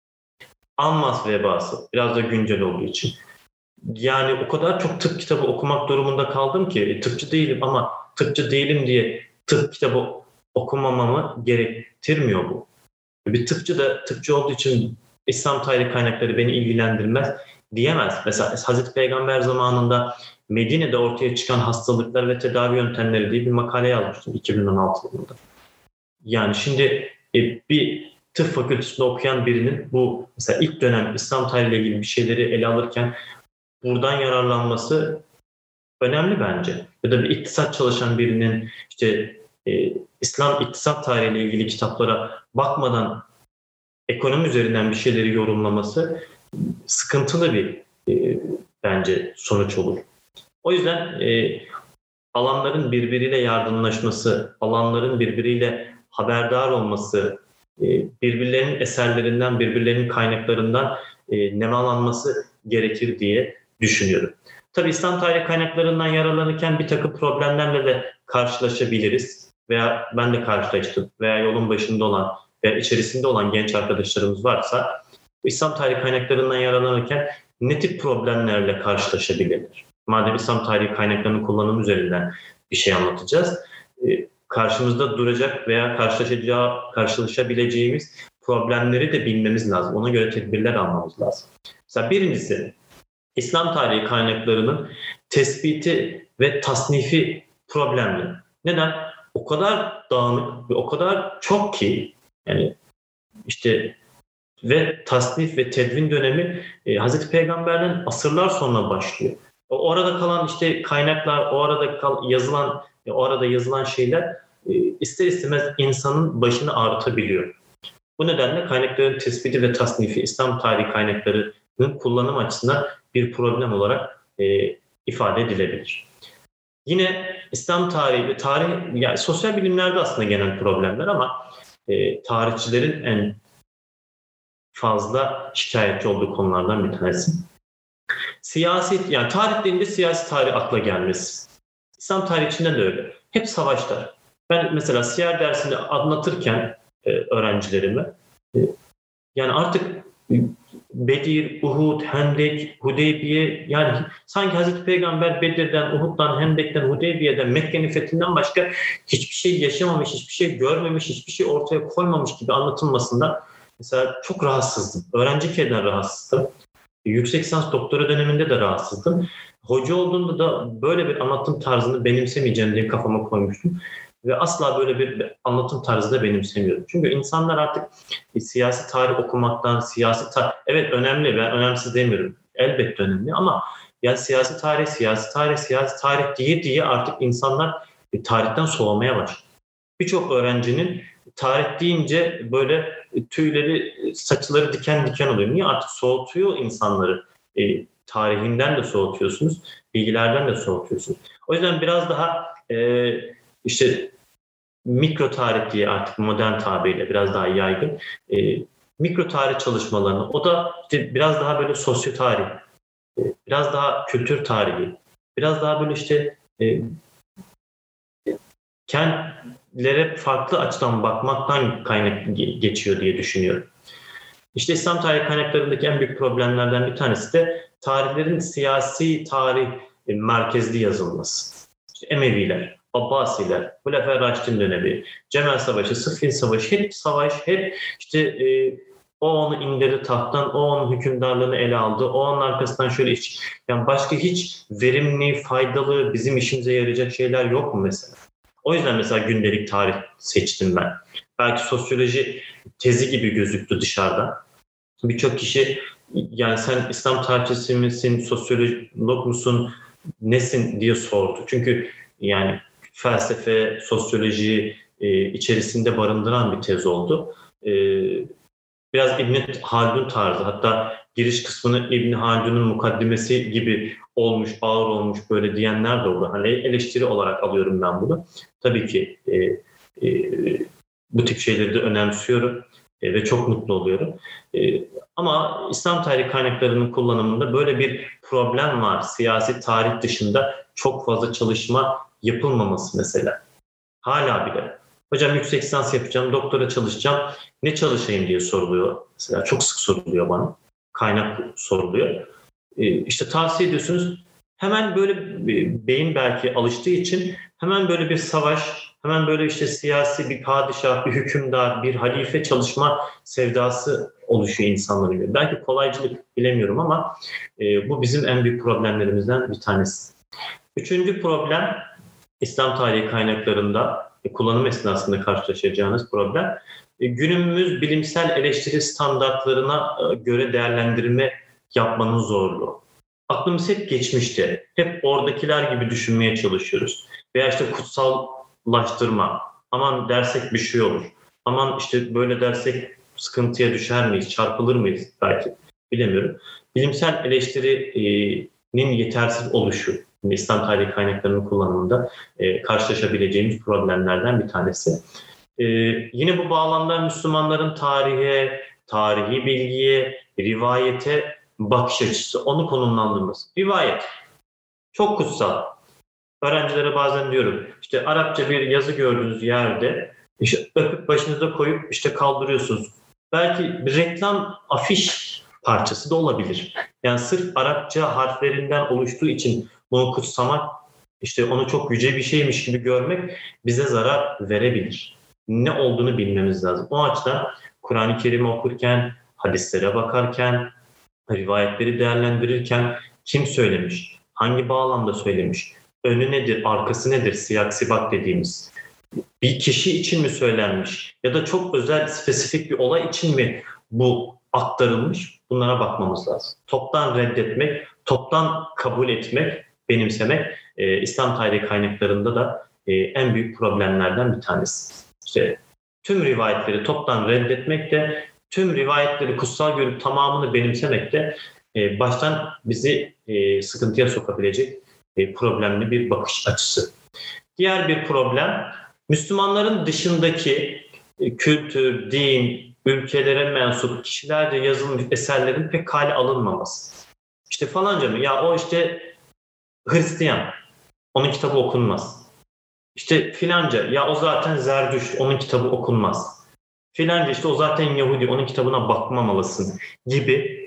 Anmas vebası. Biraz da güncel olduğu için. Yani o kadar çok tıp kitabı okumak durumunda kaldım ki tıpçı değilim ama tıpçı değilim diye tıp kitabı okumamamı gerektirmiyor bu. Bir tıpçı da tıpçı olduğu için İslam tarihi kaynakları beni ilgilendirmez diyemez. Mesela Hazreti Peygamber zamanında Medine'de ortaya çıkan hastalıklar ve tedavi yöntemleri diye bir makale yazmıştım 2016 yılında. Yani şimdi bir tıp fakültesinde okuyan birinin bu mesela ilk dönem İslam tarihiyle ilgili bir şeyleri ele alırken buradan yararlanması önemli bence. Ya da bir iktisat çalışan birinin işte İslam iktisat tarihiyle ilgili kitaplara bakmadan ekonomi üzerinden bir şeyleri yorumlaması sıkıntılı bir bence sonuç olur. O yüzden alanların birbiriyle yardımlaşması, alanların birbiriyle haberdar olması, birbirlerinin eserlerinden, birbirlerinin kaynaklarından nemalanması gerekir diye düşünüyorum. Tabii İslam tarihi kaynaklarından yararlanırken bir takım problemlerle de karşılaşabiliriz. Veya ben de karşılaştım veya yolun başında olan veya içerisinde olan genç arkadaşlarımız varsa İslam tarihi kaynaklarından yararlanırken ne tip problemlerle karşılaşabilirler? Madem İslam tarihi kaynaklarının kullanımı üzerinden bir şey anlatacağız, karşımızda duracak veya karşılaşabileceğimiz problemleri de bilmemiz lazım. Ona göre tedbirler almamız lazım. Mesela birincisi, İslam tarihi kaynaklarının tespiti ve tasnifi problemli. Neden? O kadar dağınık ve o kadar çok ki yani işte ve tasnif ve tedvin dönemi Hazreti Peygamber'den asırlar sonra başlıyor. Orada kalan işte kaynaklar, o arada yazılan şeyler ister istemez insanın başını ağrıtabiliyor. Bu nedenle kaynakların tespiti ve tasnifi İslam tarihi kaynaklarının kullanım açısından bir problem olarak ifade edilebilir. Yine İslam tarihi ve yani sosyal bilimlerde aslında genel problemler ama tarihçilerin en fazla şikayetçi olduğu konulardan bir tanesi. Siyaset, yani tarih deyince siyasi tarih akla gelmesi. İslam tarihi içinde de öyle. Hep savaşlar. Ben mesela siyer dersinde anlatırken öğrencilerime yani artık Bedir, Uhud, Hendek, Hudeybiye, yani sanki Hazreti Peygamber Bedir'den, Uhud'dan, Hendek'ten, Hudeybiye'den, Mekke'nin fethinden başka hiçbir şey yaşamamış, hiçbir şey görmemiş, hiçbir şey ortaya koymamış gibi anlatılmasında mesela çok rahatsızdım. Öğrenciyken rahatsızdım. Yüksek lisans doktora döneminde de rahatsızdım. Hoca olduğumda da böyle bir anlatım tarzını benimsemeyeceğim diye kafama koymuştum. Ve asla böyle bir anlatım tarzı da benimsemiyorum. Çünkü insanlar artık siyasi tarih okumaktan, evet önemli, ben önemsiz demiyorum. Elbette önemli ama yani siyasi tarih diye artık insanlar tarihten soğumaya başladı. Birçok öğrencinin tarih deyince böyle tüyleri, saçları diken diken oluyor. Niye? Artık soğutuyor insanları. Tarihinden de soğutuyorsunuz, bilgilerden de soğutuyorsunuz. O yüzden biraz daha işte mikro tarih diye artık modern tabiriyle biraz daha yaygın. Mikro tarih çalışmalarını, o da işte biraz daha böyle sosyo tarih, biraz daha kültür tarihi, biraz daha böyle işte kentlere farklı açıdan bakmaktan geçiyor diye düşünüyorum. İşte İslam tarihi kaynaklarındaki en büyük problemlerden bir tanesi de tarihlerin siyasi tarih merkezli yazılması. İşte Emeviler, Abbasiler, Hulefai Raşid'in dönemi, Cemel Savaşı, Sıffin Savaşı, hep savaş, hep işte o onu indirdi tahttan, o onun hükümdarlığını ele aldı, o onun arkasından şöyle yani başka hiç verimli, faydalı, bizim işimize yarayacak şeyler yok mu mesela? O yüzden mesela gündelik tarih seçtim ben. Belki sosyoloji tezi gibi gözüktü dışarıdan. Birçok kişi yani sen İslam tarihçisi misin, sosyolog musun, nesin diye sordu. Çünkü yani felsefe, sosyoloji içerisinde barındıran bir tez oldu. Biraz İbn Haldun tarzı, hatta giriş kısmını İbn Haldun'un mukaddimesi gibi olmuş, ağır olmuş böyle diyenler de oldu. Hani eleştiri olarak alıyorum ben bunu. Tabii ki bu tip şeyleri de önemsiyorum ve çok mutlu oluyorum. Ama İslam tarihi kaynaklarının kullanımında böyle bir problem var. Siyasi tarih dışında çok fazla çalışma yapılmaması mesela. Hala bile. Hocam yüksek lisans yapacağım, doktora çalışacağım. Ne çalışayım diye soruluyor. Mesela çok sık soruluyor bana. Kaynak soruluyor. İşte tavsiye ediyorsunuz. Hemen böyle beyin belki alıştığı için hemen böyle bir savaş, hemen böyle işte siyasi bir padişah, bir hükümdar, bir halife çalışma sevdası oluşuyor insanların. Belki kolaycılık bilemiyorum ama bu bizim en büyük problemlerimizden bir tanesi. Üçüncü problem İslam tarihi kaynaklarında kullanım esnasında karşılaşacağınız problem günümüz bilimsel eleştiri standartlarına göre değerlendirme yapmanın zorluğu. Aklımız hep geçmişte. Hep oradakiler gibi düşünmeye çalışıyoruz. Veya işte kutsallaştırma. Aman dersek bir şey olur. Aman işte böyle dersek sıkıntıya düşer miyiz, çarpılır mıyız belki bilemiyorum. Bilimsel eleştirinin yetersiz oluşu İslam tarihi kaynaklarının kullanımında karşılaşabileceğimiz problemlerden bir tanesi. Yine bu bağlamda Müslümanların tarihe, tarihi bilgiye, rivayete bakış açısı, onu konumlandırması. Rivayet çok kutsal. Öğrencilere bazen diyorum, işte Arapça bir yazı gördüğünüz yerde işte öpüp başınıza koyup işte kaldırıyorsunuz. Belki bir reklam afiş parçası da olabilir. Yani sırf Arapça harflerinden oluştuğu için bunu kutsamak, işte onu çok yüce bir şeymiş gibi görmek bize zarar verebilir. Ne olduğunu bilmemiz lazım. O açıdan Kur'an-ı Kerim'i okurken, hadislere bakarken, rivayetleri değerlendirirken kim söylemiş, hangi bağlamda söylemiş, önü nedir, arkası nedir, siyak sibak dediğimiz, bir kişi için mi söylenmiş ya da çok özel, spesifik bir olay için mi bu aktarılmış, bunlara bakmamız lazım. Toptan reddetmek, toptan kabul etmek, benimsemek İslam tarihi kaynaklarında da en büyük problemlerden bir tanesi. İşte tüm rivayetleri toptan reddetmek de, tüm rivayetleri kutsal görüp tamamını benimsemek de baştan bizi sıkıntıya sokabilecek problemli bir bakış açısı. Diğer bir problem, Müslümanların dışındaki kültür, din, ülkelere mensup kişilerce yazılmış eserlerin pek kale alınmaması. İşte falanca mı? Ya o işte Hristiyan, onun kitabı okunmaz. İşte filanca, ya o zaten Zerdüşt, onun kitabı okunmaz. Filanca işte o zaten Yahudi, onun kitabına bakmamalısın gibi.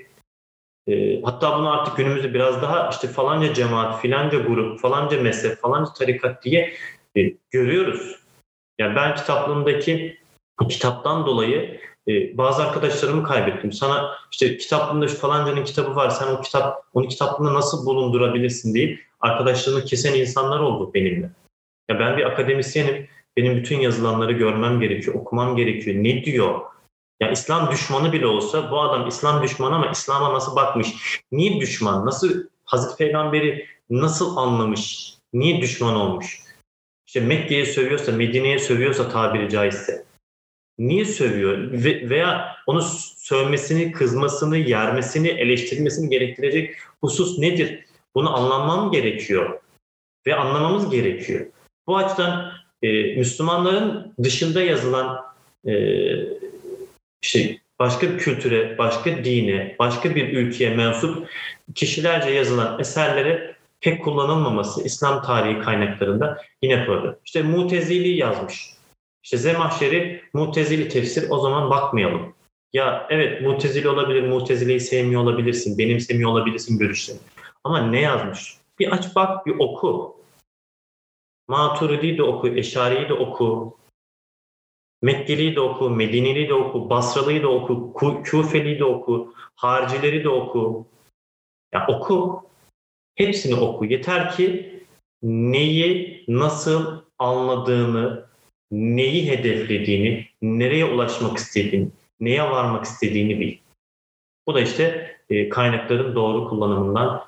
Hatta bunu artık günümüzde biraz daha işte falanca cemaat, filanca grup, falanca mezhep, falanca tarikat diye görüyoruz. Yani ben kitaplığımdaki kitaptan dolayı Bazı arkadaşlarımı kaybettim. Sana işte kitaplığında şu falancanın kitabı var, sen onu kitaplığında nasıl bulundurabilirsin deyip arkadaşlarını kesen insanlar oldu benimle. Ya ben bir akademisyenim. Benim bütün yazılanları görmem gerekiyor, okumam gerekiyor. Ne diyor? Ya İslam düşmanı bile olsa bu adam İslam düşmanı ama İslam'a nasıl bakmış? Niye düşman? Nasıl Hazreti Peygamber'i nasıl anlamış? Niye düşman olmuş? İşte Mekke'ye sövüyorsa, Medine'ye sövüyorsa tabiri caizse. Niye sövüyor? Veya onu sövmesini, kızmasını, yermesini, eleştirmesini gerektirecek husus nedir? Bunu anlamam gerekiyor ve anlamamız gerekiyor. Bu açıdan Müslümanların dışında yazılan başka bir kültüre, başka dine, başka bir ülkeye mensup kişilerce yazılan eserlere pek kullanılmaması İslam tarihi kaynaklarında yine problem. İşte Mutezili yazmış. İşte Zemahşeri Mutezili tefsir, o zaman bakmayalım. Ya evet Mutezili olabilir, Mutezile'yi sevmiyor olabilirsin, benimsemiyor olabilirsin görüşlerini. Ama ne yazmış? Bir aç bak, bir oku. Maturidi'yi de oku, Eşari'yi de oku, Mekkeli'yi de oku, Medineli'yi de oku, Basralı'yı da oku, Küfeli'yi de oku, Haricileri de oku. Ya oku, hepsini oku. Yeter ki neyi nasıl anladığını, neyi hedeflediğini, nereye ulaşmak istediğini, neye varmak istediğini bil. Bu da işte kaynakların doğru kullanımından,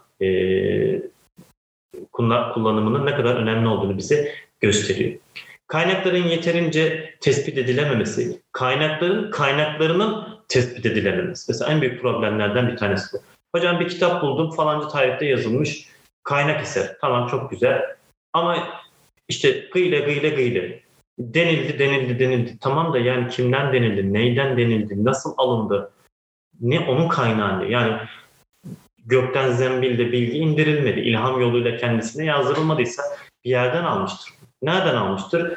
kullanımının ne kadar önemli olduğunu bize gösteriyor. Kaynakların yeterince tespit edilememesi, kaynaklarının tespit edilememesi. Mesela en büyük problemlerden bir tanesi bu. Hocam bir kitap buldum, falanca tarihte yazılmış, kaynak eser. Tamam, çok güzel. Ama işte gıyle denildi. Tamam da yani kimden denildi, neyden denildi, nasıl alındı, ne onun kaynağı ne? Yani gökten zembilde bilgi indirilmedi. İlham yoluyla kendisine yazdırılmadıysa bir yerden almıştır. Nereden almıştır?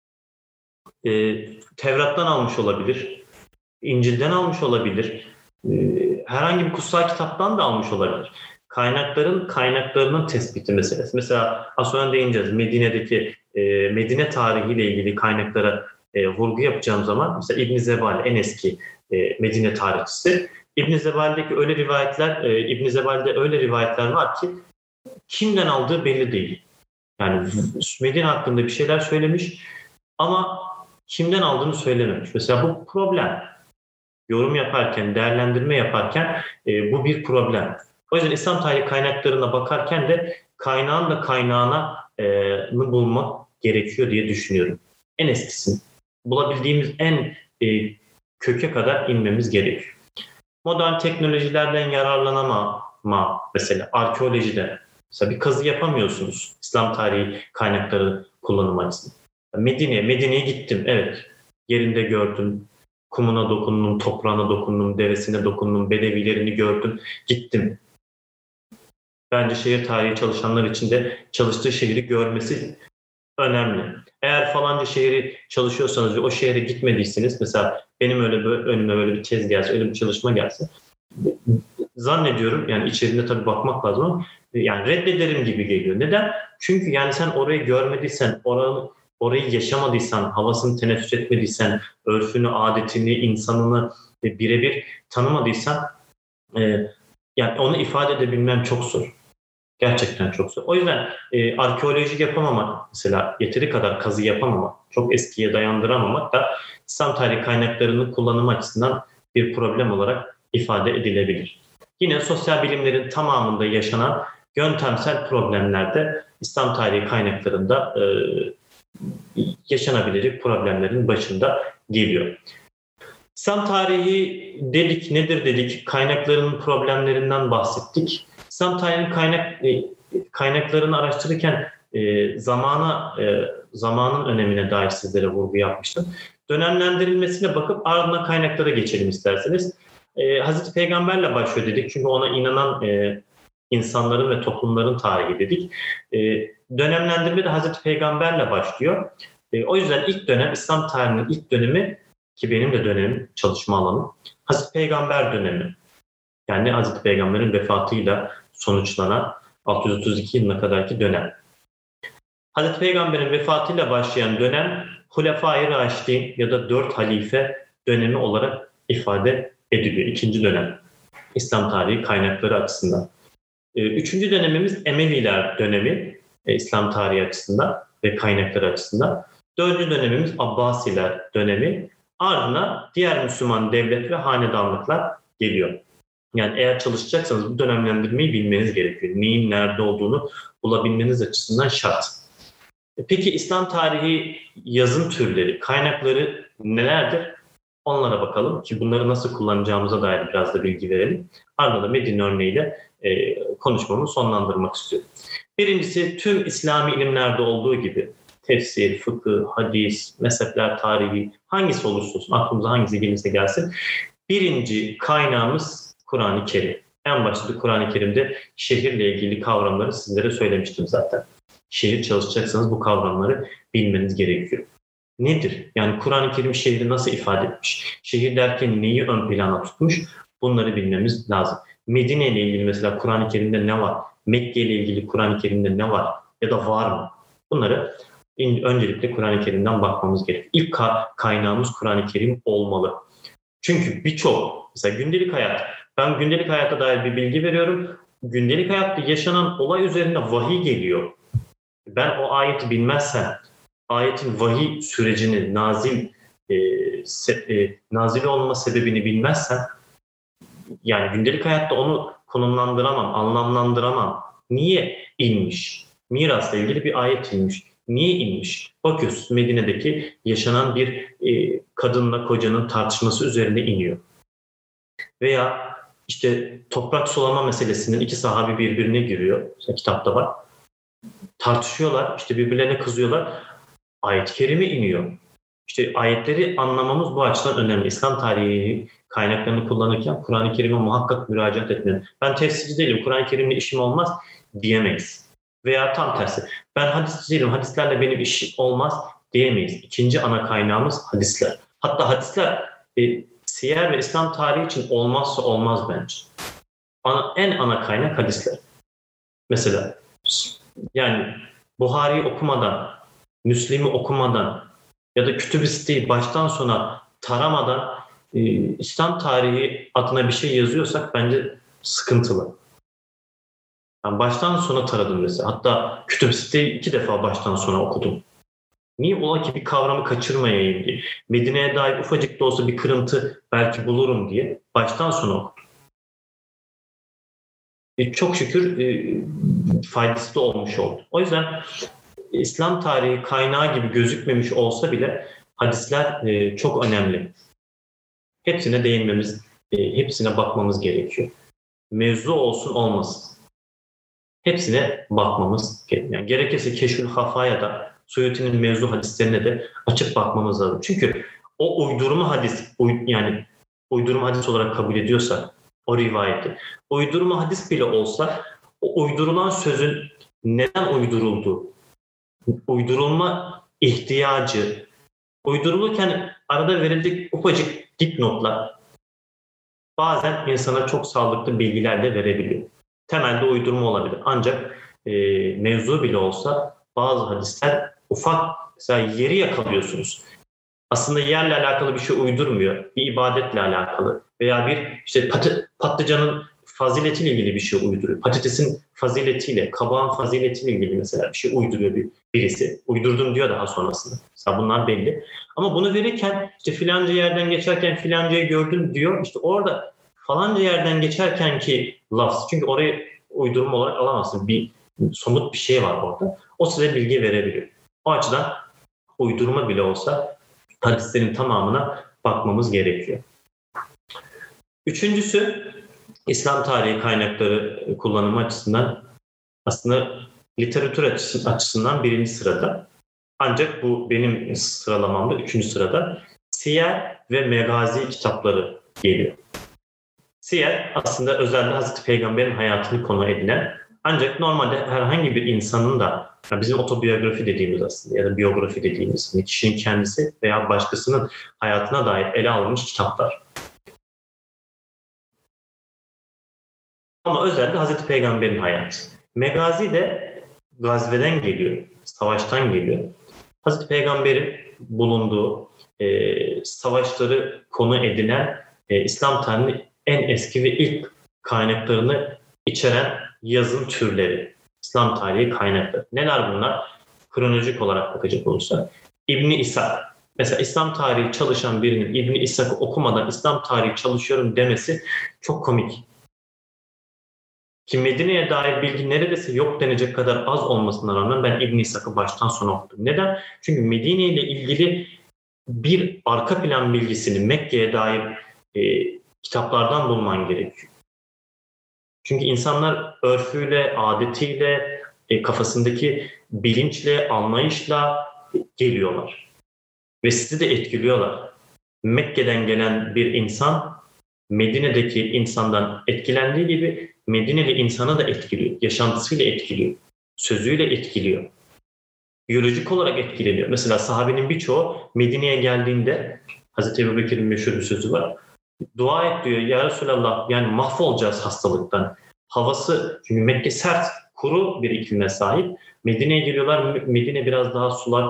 Tevrat'tan almış olabilir. İncil'den almış olabilir. Herhangi bir kutsal kitaptan da almış olabilir. Kaynaklarının tespiti meselesi. Mesela az sonra değineceğiz. Medine'deki Medine tarihiyle ilgili kaynaklara vurgu yapacağım zaman mesela İbn Zebal en eski Medine tarihçisi. İbn Zebal'de öyle rivayetler var ki kimden aldığı belli değil. Yani Medine hakkında bir şeyler söylemiş ama kimden aldığını söylememiş. Mesela bu problem. Yorum yaparken, değerlendirme yaparken bu bir problem. O yüzden İslam tarihi kaynaklarına bakarken de kaynağın da kaynağını bulmak gerekiyor diye düşünüyorum. En eskisini, bulabildiğimiz en köke kadar inmemiz gerekiyor. Modern teknolojilerden yararlanama, mesela arkeolojide. Mesela bir kazı yapamıyorsunuz İslam tarihi kaynakları kullanımı açısından. Medine'ye gittim, evet. Yerinde gördüm, kumuna dokundum, toprağına dokundum, deresine dokundum, bedevilerini gördüm, gittim. Bence şehir tarihi çalışanlar için de çalıştığı şehri görmesi önemli. Eğer falanca şehri çalışıyorsanız ve o şehre gitmediyseniz, mesela benim önüme böyle bir tez gelse, öyle bir çalışma gelse, zannediyorum, yani içerisinde tabii bakmak lazım ama yani reddederim gibi geliyor. Neden? Çünkü yani sen orayı görmediysen, orayı yaşamadıysan, havasını teneffüs etmediysen, örfünü, adetini, insanını birebir tanımadıysan yani onu ifade edebilmem çok zor. Gerçekten çok zor. O yüzden arkeoloji yapamamak, mesela yeteri kadar kazı yapamamak, çok eskiye dayandıramamak da İslam tarihi kaynaklarının kullanımı açısından bir problem olarak ifade edilebilir. Yine sosyal bilimlerin tamamında yaşanan yöntemsel problemlerde İslam tarihi kaynaklarında yaşanabilecek problemlerin başında geliyor. İslam tarihi dedik, nedir dedik, kaynaklarının problemlerinden bahsettik. İslam tarihi kaynaklarını araştırırken zamanın önemine dair sizlere vurgu yapmıştım. Dönemlendirilmesine bakıp ardından kaynaklara geçelim isterseniz. Hazreti Peygamberle başlıyor dedik çünkü ona inanan insanların ve toplumların tarihi dedik. Dönemlendirme de Hazreti Peygamberle başlıyor. O yüzden ilk dönem, İslam tarihinin ilk dönemi, ki benim de dönemim, çalışma alanım, Hazreti Peygamber dönemi. Yani Hazreti Peygamber'in vefatıyla sonuçlanan 632 yılına kadarki dönem. Hazreti Peygamber'in vefatıyla başlayan dönem Hulefai Raşidin ya da 4 halife dönemi olarak ifade ediliyor. İkinci dönem İslam tarihi kaynakları açısından. Üçüncü dönemimiz Emeviler dönemi İslam tarihi açısından ve kaynakları açısından. Dördüncü dönemimiz Abbasiler dönemi. Ardına diğer Müslüman devlet ve hanedanlıklar geliyor. Yani eğer çalışacaksanız bu dönemlendirmeyi bilmeniz gerekiyor. Neyin nerede olduğunu bulabilmeniz açısından şart. Peki İslam tarihi yazım türleri, kaynakları nelerdir? Onlara bakalım ki bunları nasıl kullanacağımıza dair biraz da bilgi verelim. Ardından da Medine örneğiyle konuşmamı sonlandırmak istiyorum. Birincisi tüm İslami ilimlerde olduğu gibi tefsir, fıkıh, hadis, mezhepler tarihi hangisi olursa olsun aklımıza hangisi gelirse gelsin. Birinci kaynağımız Kur'an-ı Kerim. En başta da Kur'an-ı Kerim'de şehirle ilgili kavramları sizlere söylemiştim zaten. Şehir çalışacaksanız bu kavramları bilmeniz gerekiyor. Nedir? Yani Kur'an-ı Kerim şehri nasıl ifade etmiş? Şehir derken neyi ön plana tutmuş? Bunları bilmemiz lazım. Medine ile ilgili mesela Kur'an-ı Kerim'de ne var? Mekke ile ilgili Kur'an-ı Kerim'de ne var? Ya da var mı? Bunları öncelikle Kur'an-ı Kerim'den bakmamız gerekiyor. İlk kaynağımız Kur'an-ı Kerim olmalı. Çünkü birçok, mesela gündelik hayat, ben gündelik hayata dair bir bilgi veriyorum. Gündelik hayatta yaşanan olay üzerine vahiy geliyor. Ben o ayeti bilmezsem, ayetin vahiy sürecini, nazil olma sebebini bilmezsem, yani gündelik hayatta onu konumlandıramam, anlamlandıramam. Niye inmiş? Mirasla ilgili bir ayet inmiş. Niye inmiş? Bakıyorsunuz Medine'deki yaşanan bir kadınla kocanın tartışması üzerine iniyor. Veya işte toprak sulama meselesinden iki sahabi birbirine giriyor. Mesela kitapta var. Tartışıyorlar, işte birbirlerine kızıyorlar. Ayet-i kerime iniyor. İşte ayetleri anlamamız bu açıdan önemli. İslam tarihi kaynaklarını kullanırken Kur'an-ı Kerim'e muhakkak müracaat etmeli. Ben tefsirci değilim, Kur'an-ı Kerim'le işim olmaz diyemeyiz. Veya tam tersi. Ben hadisçi değilim, hadislerle benim işim olmaz diyemeyiz. İkinci ana kaynağımız hadisler. Hatta hadisler siyer ve İslam tarihi için olmazsa olmaz bence. En ana kaynak hadisler. Mesela yani Buhari'yi okumadan, Müslim'i okumadan ya da Kütüb-i Sitte'yi baştan sona taramadan İslam tarihi adına bir şey yazıyorsak bence sıkıntılı. Ben baştan sona taradım mesela. Hatta Kütüb-i Sitte'yi 2 defa baştan sona okudum. Niye? Ola ki bir kavramı kaçırmayayım diye. Medine'ye dair ufacık da olsa bir kırıntı belki bulurum diye baştan sona okudum. Çok şükür faydası da olmuş oldu. O yüzden İslam tarihi kaynağı gibi gözükmemiş olsa bile hadisler çok önemli. Hepsine değinmemiz, hepsine bakmamız gerekiyor. Mevzu olsun olmasın. Hepsine bakmamız gerekiyor. Yani gerekirse Keşfül Hafa'ya da Suyuti'nin mevzu hadislerine de açıp bakmamız lazım. Çünkü o uydurma hadis, yani uydurma hadis olarak kabul ediyorsak o rivayeti, uydurma hadis bile olsa o uydurulan sözün neden uydurulduğu, uydurulma ihtiyacı, uydurulurken arada verilecek ufacık dipnotlar bazen insana çok sağlıklı bilgiler de verebiliyor. Temelde uydurma olabilir. Ancak mevzu bile olsa bazı hadisler ufak, mesela yeri yakalıyorsunuz. Aslında yerle alakalı bir şey uydurmuyor. Bir ibadetle alakalı veya bir işte patlıcanın faziletiyle ilgili bir şey uyduruyor. Patatesin faziletiyle, kabağın faziletiyle ilgili mesela bir şey uyduruyor birisi. Uydurdum diyor daha sonrasında. Mesela bunlar belli. Ama bunu verirken işte filanca yerden geçerken filancayı gördüm diyor. İşte orada falanca yerden geçerken ki laf. Çünkü orayı uydurma olarak alamazsın. Bir somut bir şey var orada. O size bilgi verebiliyor. O açıdan uydurma bile olsa hadislerin tamamına bakmamız gerekiyor. Üçüncüsü, İslam tarihi kaynakları kullanımı açısından aslında literatür açısından birinci sırada. Ancak bu benim sıralamamda üçüncü sırada siyer ve megazi kitapları geliyor. Siyer aslında özellikle Hazreti Peygamber'in hayatını konu edinen, ancak normalde herhangi bir insanın da, yani bizim otobiyografi dediğimiz aslında ya da biyografi dediğimiz kişinin kendisi veya başkasının hayatına dair ele alınmış kitaplar. Ama özellikle Hazreti Peygamber'in hayatı. Megazi de gazveden geliyor, savaştan geliyor. Hazreti Peygamber'in bulunduğu savaşları konu edinen İslam tarihinin en eski ve ilk kaynaklarını içeren yazım türleri. İslam tarihi kaynakları. Neler bunlar? Kronolojik olarak bakacak olursak. İbn-i İshak. Mesela İslam tarihi çalışan birinin İbn-i İshak'ı okumadan İslam tarihi çalışıyorum demesi çok komik. Ki Medine'ye dair bilgi neredeyse yok denecek kadar az olmasına rağmen ben İbn-i İshak'ı baştan sona okudum. Neden? Çünkü Medine ile ilgili bir arka plan bilgisini Mekke'ye dair kitaplardan bulman gerekiyor. Çünkü insanlar örfüyle, adetiyle, kafasındaki bilinçle, anlayışla geliyorlar. Ve sizi de etkiliyorlar. Mekke'den gelen bir insan Medine'deki insandan etkilendiği gibi Medine'li insanı da etkiliyor. Yaşantısıyla etkiliyor. Sözüyle etkiliyor. Biyolojik olarak etkileniyor. Mesela sahabenin birçoğu Medine'ye geldiğinde Hazreti Ebubekir'in meşhur bir sözü var. Dua et diyor ya Resulallah, yani mahvolacağız hastalıktan. Havası, çünkü Mekke sert, kuru bir iklime sahip. Medine'ye geliyorlar, Medine biraz daha sular.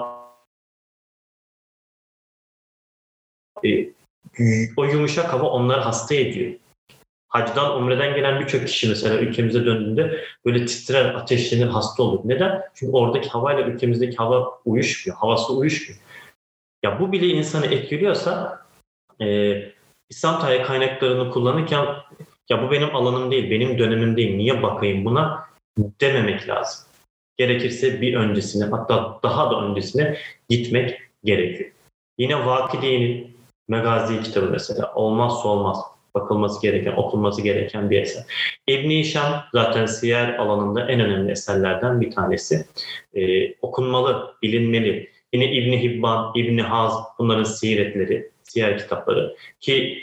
O yumuşak hava onları hasta ediyor. Hacdan, umreden gelen birçok kişi mesela ülkemize döndüğünde böyle titrer, ateşlenir, hasta olur. Neden? Çünkü oradaki havayla ülkemizdeki hava uyuşmuyor, havası uyuşmuyor. Ya bu bile insanı etkiliyorsa İslam tarihi kaynaklarını kullanırken ya bu benim alanım değil, benim dönemim değil, niye bakayım buna dememek lazım. Gerekirse bir öncesine, hatta daha da öncesine gitmek gerekiyor. Yine Vakidi'nin Megazi kitabı mesela olmazsa olmaz, bakılması gereken, okunması gereken bir eser. İbn-i Hişam zaten siyer alanında en önemli eserlerden bir tanesi. Okunmalı, bilinmeli. Yine İbn-i Hibban, İbn-i Haz, bunların siretleri, siyer kitapları ki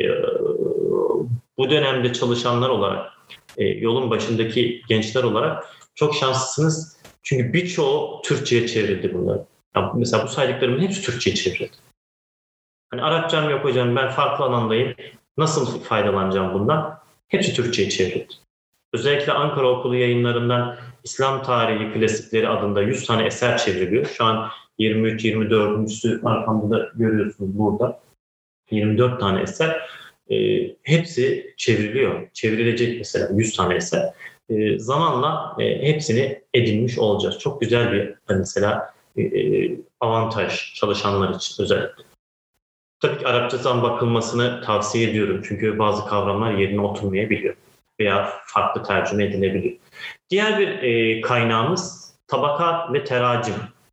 bu dönemde çalışanlar olarak, yolun başındaki gençler olarak çok şanslısınız. Çünkü birçoğu Türkçe'ye çevrildi bunlar. Ya mesela bu saydıklarımın hepsi Türkçe'ye çevrildi. Hani Arapçam yok hocam, ben farklı alandayım. Nasıl faydalanacağım bundan? Hepsi Türkçe'ye çevrildi. Özellikle Ankara Okulu yayınlarından İslam Tarihi Klasikleri adında 100 tane eser çevriliyor. Şu an 23-24. arkamda da görüyorsunuz burada. 24 tane eser. Hepsi çevriliyor. Çevrilecek mesela 100 tane eser. Zamanla hepsini edinmiş olacağız. Çok güzel bir mesela avantaj çalışanlar için özellikle. Tabii ki Arapçadan bakılmasını tavsiye ediyorum. Çünkü bazı kavramlar yerine oturmayabiliyor veya farklı tercüme edilebiliyor. Diğer bir kaynağımız tabakat ve teracim.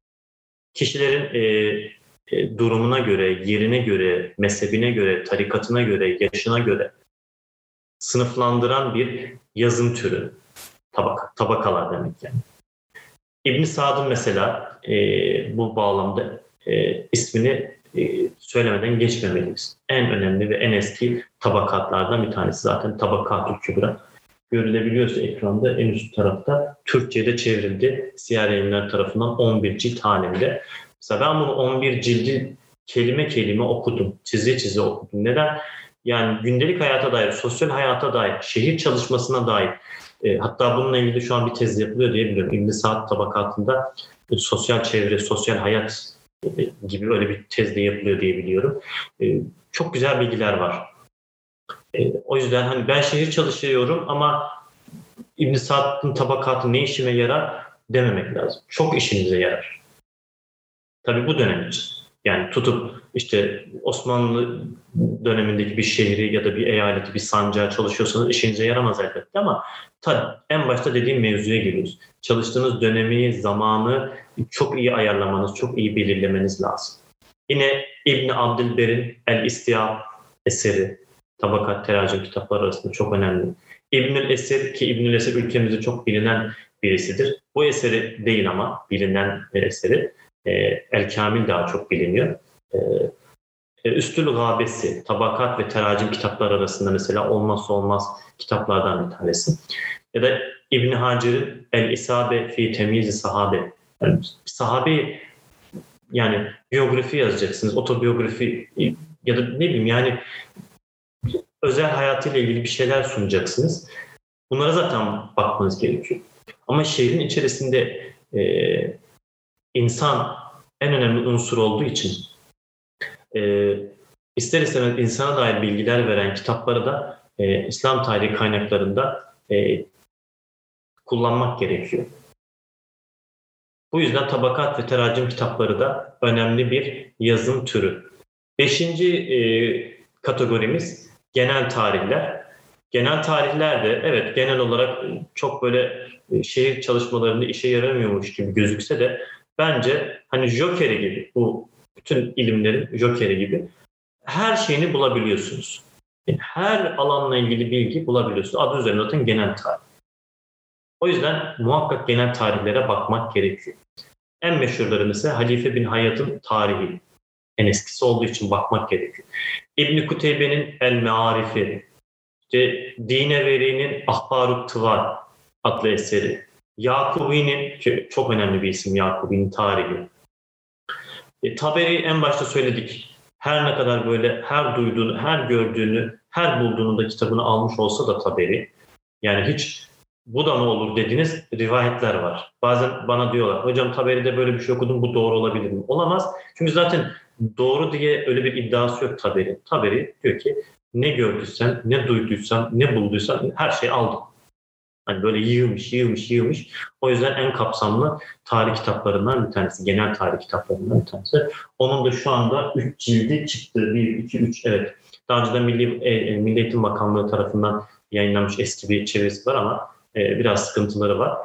Kişilerin durumuna göre, yerine göre, mezhebine göre, tarikatına göre, yaşına göre sınıflandıran bir yazım türü. Tabakalar demek yani. İbn Sad'ın mesela bu bağlamda ismini söylemeden geçmemeliyiz. En önemli ve en eski tabakatlardan bir tanesi zaten Tabakat-ül Kübra. Görülebiliyorsa ekranda en üst tarafta Türkçe'de çevrildi. Siyer Yayınları tarafından 11 cilt halinde. Mesela ben bunu 11 cildi kelime kelime okudum. Çize çize okudum. Neden? Yani gündelik hayata dair, sosyal hayata dair, şehir çalışmasına dair, hatta bununla ilgili şu an bir tez yapılıyor diye biliyorum. İbn Sa'd tabakatında sosyal çevre, sosyal hayat gibi öyle bir tez de yapılıyor diye biliyorum. Çok güzel bilgiler var. O yüzden hani ben şehir çalışıyorum ama İbn Sa'd'ın tabakatı ne işime yarar dememek lazım. Çok işinize yarar. Tabii bu dönem için. Yani tutup işte Osmanlı dönemindeki bir şehri ya da bir eyaleti, bir sancağı çalışıyorsanız işinize yaramaz elbette ama tabii en başta dediğim mevzuya geliyoruz. Çalıştığınız dönemi, zamanı çok iyi ayarlamanız, çok iyi belirlemeniz lazım. Yine İbn Abdülber'in El-İstiyab eseri, tabakat teracim kitapları arasında çok önemli. İbnül Esir, ki İbnül Esir ülkemizde çok bilinen birisidir. Bu eseri değil ama bilinen bir eseri. El-Kamil daha çok biliniyor. Üstül Gâbesi, tabakat ve teracim kitapları arasında mesela olmazsa olmaz kitaplardan bir tanesi. Ya da İbn Hacer'in El-İsabe fi Temyiz-i Sahabe. Yani sahabe, yani biyografi yazacaksınız, otobiyografi ya da ne bileyim yani özel hayatıyla ilgili bir şeyler sunacaksınız. Bunlara zaten bakmanız gerekiyor. Ama şehrin içerisinde insan en önemli unsur olduğu için ister istemez insana dair bilgiler veren kitapları da İslam tarihi kaynaklarında kullanmak gerekiyor. Bu yüzden tabakat ve teracim kitapları da önemli bir yazım türü. 5. Kategorimiz genel tarihler. Genel tarihler de evet genel olarak çok böyle şehir çalışmalarında işe yaramıyormuş gibi gözükse de bence hani jokeri gibi, bu bütün ilimlerin jokeri gibi her şeyini bulabiliyorsunuz. Yani her alanla ilgili bilgi bulabiliyorsunuz. Adı üzerinde zaten genel tarih. O yüzden muhakkak genel tarihlere bakmak gerekiyor. En meşhurları mesela Halife bin Hayat'ın tarihi. En eskisi olduğu için bakmak gerekiyor. İbn-i Kuteybe'nin El-Mearifi, işte Dineveri'nin Ahbarut Tıvar adlı eseri, Yakubi'nin, çok önemli bir isim Yakubi'nin tarihi. Taberi en başta söyledik. Her ne kadar böyle her duyduğunu, her gördüğünü, her bulduğunu da kitabını almış olsa da Taberi, yani hiç bu da mı olur dediğiniz rivayetler var. Bazen bana diyorlar, hocam Taberi'de böyle bir şey okudum, bu doğru olabilir mi? Olamaz. Çünkü zaten doğru diye öyle bir iddiası yok Taberi. Taberi diyor ki ne gördüysem, ne duyduysam, ne bulduysam her şeyi aldım. Hani böyle yığmış. O yüzden en kapsamlı tarih kitaplarından bir tanesi, genel tarih kitaplarından bir tanesi. Onun da şu anda 3 cildi çıktı. 1, 2, 3, evet. Daha önceden Milli Eğitim Bakanlığı tarafından yayınlanmış eski bir çevirisi var ama biraz sıkıntıları var.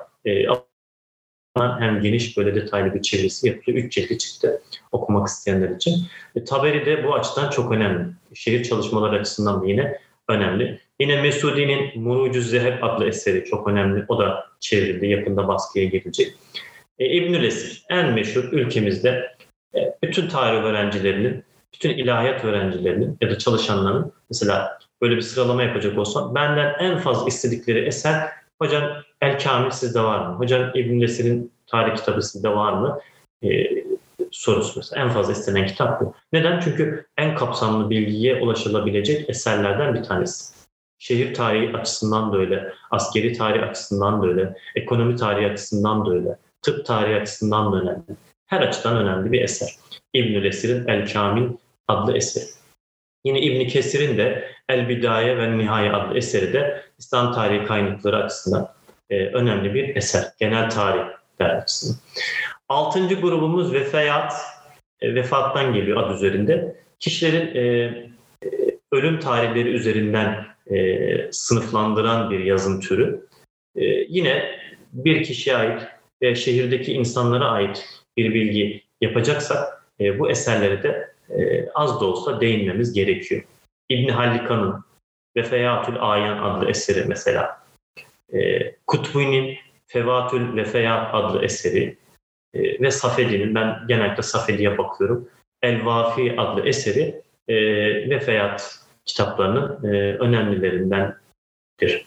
Hem geniş böyle detaylı bir çevirisi yapılıyor. 3 cildi çıktı okumak isteyenler için. Taberi de bu açıdan çok önemli. Şehir çalışmaları açısından da yine önemli. Yine Mesudi'nin Murucu Zeheb adlı eseri çok önemli. O da çevrildi. Yakında baskıya girecek. İbnül Esir en meşhur ülkemizde bütün tarih öğrencilerinin, bütün ilahiyat öğrencilerinin ya da çalışanların mesela böyle bir sıralama yapacak olsam benden en fazla istedikleri eser hocam El Kamil sizde var mı? Hocam İbnül Esir'in tarih kitabı sizde var mı? Sorusu mesela. En fazla istenen kitap bu. Neden? Çünkü en kapsamlı bilgiye ulaşılabilecek eserlerden bir tanesi. Şehir tarihi açısından da öyle, askeri tarih açısından da öyle, ekonomi tarihi açısından da öyle, tıp tarihi açısından da önemli. Her açıdan önemli bir eser. İbnül Esir'in El Kamil adlı eseri. Yine İbn Kesir'in de El Bidaye ve Nihaye adlı eseri de İslam tarihi kaynakları açısından önemli bir eser. Genel tarihler açısından. 6. grubumuz vefayat, vefattan geliyor adı üzerinde. Kişilerin ölüm tarihleri üzerinden sınıflandıran bir yazım türü. Yine bir kişiye ait ve şehirdeki insanlara ait bir bilgi yapacaksak bu eserlere de az da olsa değinmemiz gerekiyor. İbn Hallika'nın Vefayatül Ayan adlı eseri mesela, Kutbu'nun Fevatül Vefayat adlı eseri ve Safedi'nin, ben genellikle Safedi'ye bakıyorum, El Vafi adlı eseri Vefayat kitaplarının önemlilerindendir.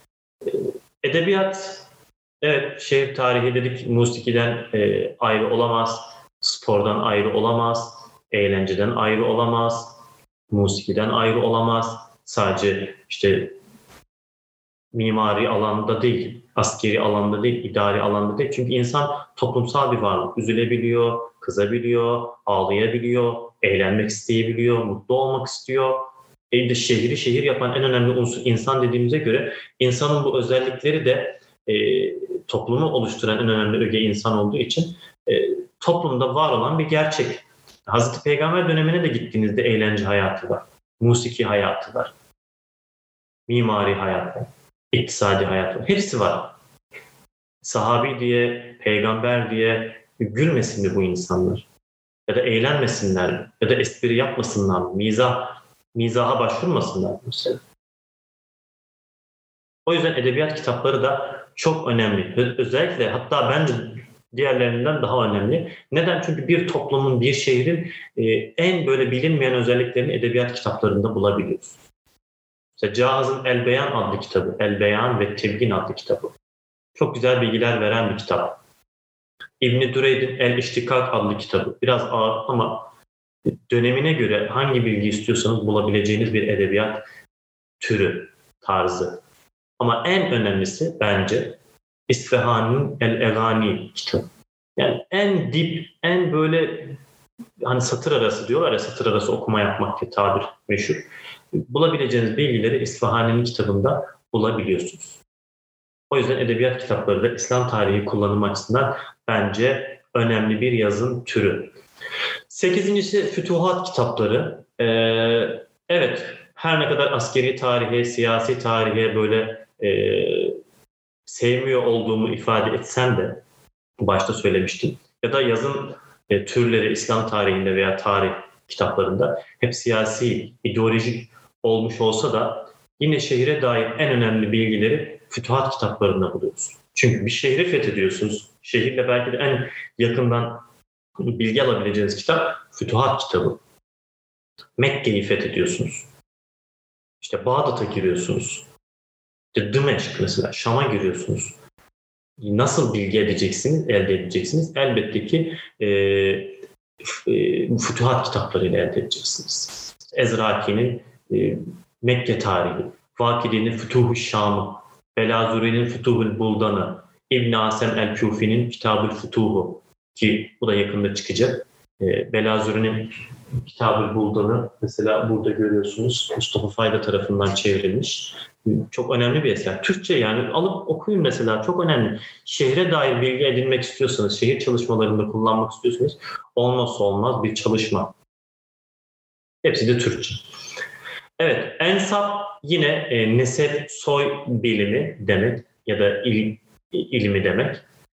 Edebiyat, evet şehir tarihi dedik, musikiden ayrı olamaz, spordan ayrı olamaz, eğlenceden ayrı olamaz, musikiden ayrı olamaz. Sadece işte mimari alanda değil, askeri alanda değil, idari alanda değil. Çünkü insan toplumsal bir varlık. Üzülebiliyor, kızabiliyor, ağlayabiliyor, eğlenmek isteyebiliyor, mutlu olmak istiyor. De şehri şehir yapan en önemli unsur insan dediğimize göre insanın bu özellikleri de toplumu oluşturan en önemli öge insan olduğu için toplumda var olan bir gerçek. Hazreti Peygamber dönemine de gittiğinizde eğlence hayatı var, musiki hayatı var, mimari hayat var, iktisadi hayat var. Hepsi var. Sahabi diye, peygamber diye gülmesin mi bu insanlar? Ya da eğlenmesinler mi? Ya da espri yapmasınlar mı? Mizaha başvurmasınlar mı mesela? O yüzden edebiyat kitapları da çok önemli. Özellikle hatta bence diğerlerinden daha önemli. Neden? Çünkü bir toplumun, bir şehrin en böyle bilinmeyen özelliklerini edebiyat kitaplarında bulabiliyoruz. Mesela Cahaz'ın El Beyan adlı kitabı, El Beyan ve Tebyin adlı kitabı. Çok güzel bilgiler veren bir kitap. İbn-i Dureyd'in El İştikak adlı kitabı. Biraz ağır ama dönemine göre hangi bilgi istiyorsanız bulabileceğiniz bir edebiyat türü, tarzı. Ama en önemlisi bence İsfahan'ın El-Egani kitabı. Yani en dip, en böyle hani satır arası diyorlar ya, satır arası okuma yapmak diye tabir meşhur. Bulabileceğiniz bilgileri İsfahani'nin kitabında bulabiliyorsunuz. O yüzden edebiyat kitapları da İslam tarihi kullanımı açısından bence önemli bir yazım türü. 8.'si fütuhat kitapları. Evet, her ne kadar askeri tarihe, siyasi tarihe böyle sevmiyor olduğumu ifade etsem de, başta söylemiştim, ya da yazım türleri İslam tarihinde veya tarih kitaplarında hep siyasi, ideolojik olmuş olsa da yine şehire dair en önemli bilgileri fütuhat kitaplarında buluyoruz. Çünkü bir şehri fethediyorsunuz. Şehirle belki de en yakından bilgi alabileceğiniz kitap Fütuhat kitabı. Mekke'yi fethediyorsunuz. İşte Bağdat'a giriyorsunuz. İşte Dimeşk mesela, Şam'a giriyorsunuz. Nasıl bilgi elde edeceksiniz? Elbette ki Fütuhat kitaplarıyla elde edeceksiniz. Ezraki'nin Mekke tarihi, Vakidi'nin Fütuh-u Şam'ı, Belazuri'nin Fütuh-ul Buldan'ı, İbn Asem el-Kufi'nin Kitab-ül Fütuh'u, ki bu da yakında çıkacak. Belazuri'nin Kitab-ül Buldan'ı mesela burada görüyorsunuz. Mustafa Fayda tarafından çevrilmiş. Çok önemli bir eser. Türkçe, yani alıp okuyun mesela, çok önemli. Şehre dair bilgi edinmek istiyorsanız, şehir çalışmalarında kullanmak istiyorsanız olmazsa olmaz bir çalışma. Hepsi de Türkçe. Evet, ensap yine nesep, soy bilimi demek ya da ilmi demek.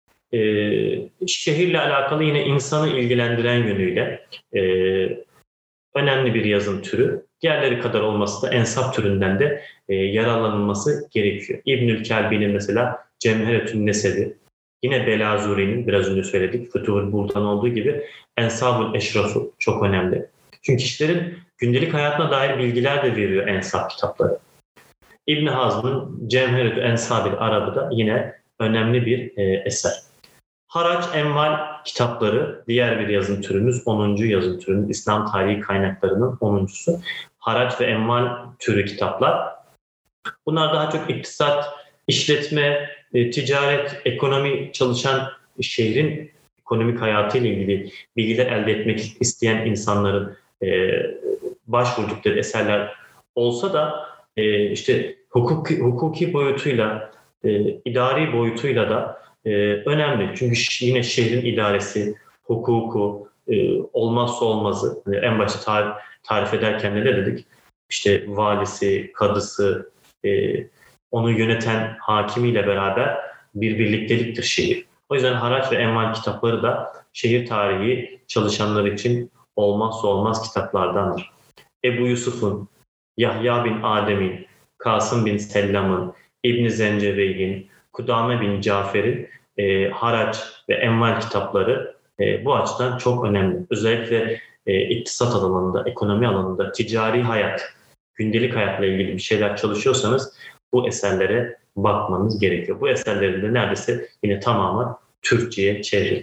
Şehirle alakalı yine insanı ilgilendiren yönüyle önemli bir yazım türü. Diğerleri kadar olması da ensap türünden de yararlanılması gerekiyor. İbnül Kelbi'nin mesela Cemheretün Nesebi, yine Belazuri'nin biraz önce söyledik, Fütuhul Buldan olduğu gibi Ensabul Eşraf'ı çok önemli. Çünkü kişilerin gündelik hayatına dair bilgiler de veriyor ensap kitapları. İbn Hazm'ın Cemheretü Ensabil Arabı da yine önemli bir eser. Haraç, enval kitapları diğer bir yazım türümüz, 10. yazım türümüz, İslam tarihi kaynaklarının 10.sü. Haraç ve enval türü kitaplar. Bunlar daha çok iktisat, işletme, ticaret, ekonomi çalışan, şehrin ekonomik hayatıyla ilgili bilgiler elde etmek isteyen insanların başvurdukları eserler olsa da işte hukuki boyutuyla, idari boyutuyla da önemli. Çünkü yine şehrin idaresi, hukuku olmazsa olmazı. En başta tarif ederken ne dedik? İşte valisi, kadısı, onu yöneten hakimiyle beraber bir birlikteliktir şehir. O yüzden haraç ve enval kitapları da şehir tarihi çalışanlar için olmazsa olmaz kitaplardandır. Ebu Yusuf'un, Yahya bin Adem'in, Kasım bin Sellam'ın, İbn-i Zencebeyl'in, Kudame bin Cafer'in haraç ve enval kitapları bu açıdan çok önemli. Özellikle iktisat alanında, ekonomi alanında, ticari hayat, gündelik hayatla ilgili bir şeyler çalışıyorsanız bu eserlere bakmanız gerekiyor. Bu eserlerin de neredeyse yine tamamen Türkçe'ye çevrildi.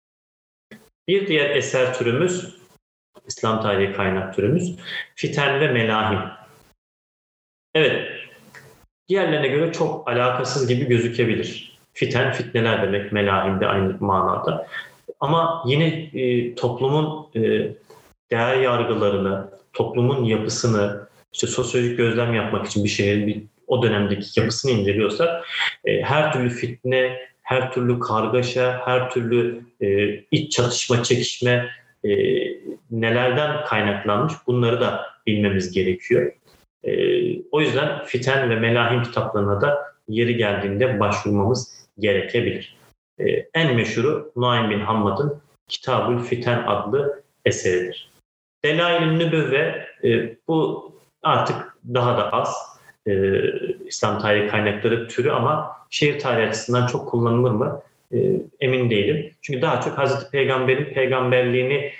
Bir diğer eser türümüz, İslam tarihi kaynak türümüz, Fiten ve Melahim. Evet, diğerlerine göre çok alakasız gibi gözükebilir. Fiten, fitneler demek, melahim de aynı manada. Ama yine toplumun değer yargılarını, toplumun yapısını, işte sosyolojik gözlem yapmak için bir şehrin o dönemdeki yapısını inceliyorsak her türlü fitne, her türlü kargaşa, her türlü iç çatışma, çekişme nelerden kaynaklanmış, bunları da bilmemiz gerekiyor. O yüzden Fiten ve Melahim kitaplarına da yeri geldiğinde başvurmamız gerekebilir. En meşhuru Nuaym bin Hammad'ın Kitab-ül Fiten adlı eseridir. Delail-i Nübüvve bu artık daha da az İslam tarihi kaynakları türü ama şehir tarihi açısından çok kullanılır mı emin değilim. Çünkü daha çok Hazreti Peygamber'in peygamberliğini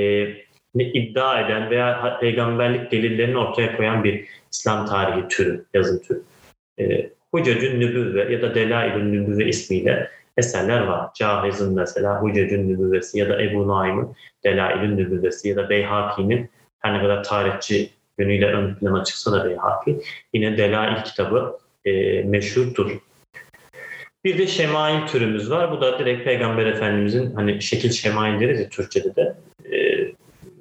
iddia eden veya peygamberlik delillerini ortaya koyan bir İslam tarihi türü, yazım türü. Hucecün Nübüvve ya da Delail-i Nübüvve ismiyle eserler var. Cahiz'in mesela Hucecün Nübüvvesi ya da Ebu Nuaym'ın Delail-i Nübüvvesi ya da Beyhaki'nin, her ne kadar tarihçi yönüyle ön plana çıksa da Beyhaki, yine Delail kitabı meşhurdur. Bir de şemail türümüz var. Bu da direkt Peygamber Efendimizin, hani şekil şemail deriz ya Türkçe'de de.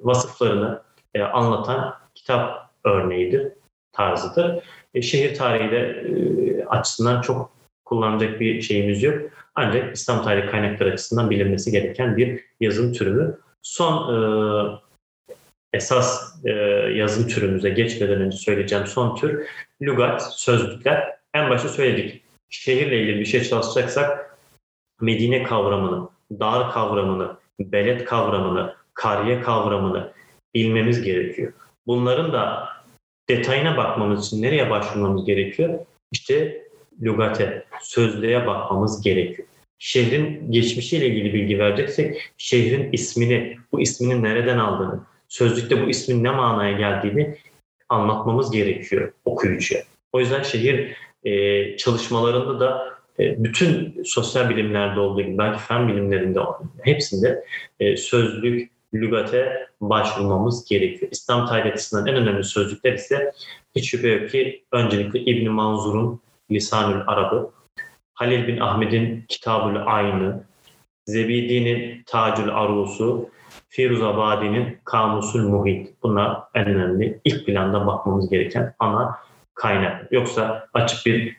vasıflarını anlatan kitap örneğidir, tarzıdır. Şehir tarihi de açısından çok kullanacak bir şeyimiz yok. Ancak İslam tarihi kaynakları açısından bilinmesi gereken bir yazım türü. Son esas yazım türümüze geçmeden önce söyleyeceğim son tür lügat, sözlükler. En başta söyledik. Şehirle ilgili bir şey çalışacaksak Medine kavramını, dar kavramını, beled kavramını, kariye kavramını bilmemiz gerekiyor. Bunların da detayına bakmamız için nereye başvurmamız gerekiyor? İşte lügate, sözlüğe bakmamız gerekiyor. Şehrin geçmişiyle ilgili bilgi vereceksek şehrin ismini, bu isminin nereden aldığını, sözlükte bu ismin ne manaya geldiğini anlatmamız gerekiyor okuyucuya. O yüzden şehir çalışmalarında da bütün sosyal bilimlerde olduğu gibi belki fen bilimlerinde hepsinde sözlük, lügate başvurmamız gerekiyor. İslam tarihi açısından en önemli sözlükler ise hiç şüphe yok ki öncelikle İbn Manzur'un Lisanül Arabı, Halil bin Ahmet'in Kitabül Aynı, Zebidi'nin Tacül Arusu, Firuzabadi'nin Kamusul Muhit. Bunlar en önemli, ilk planda bakmamız gereken ana kaynak. Yoksa açık bir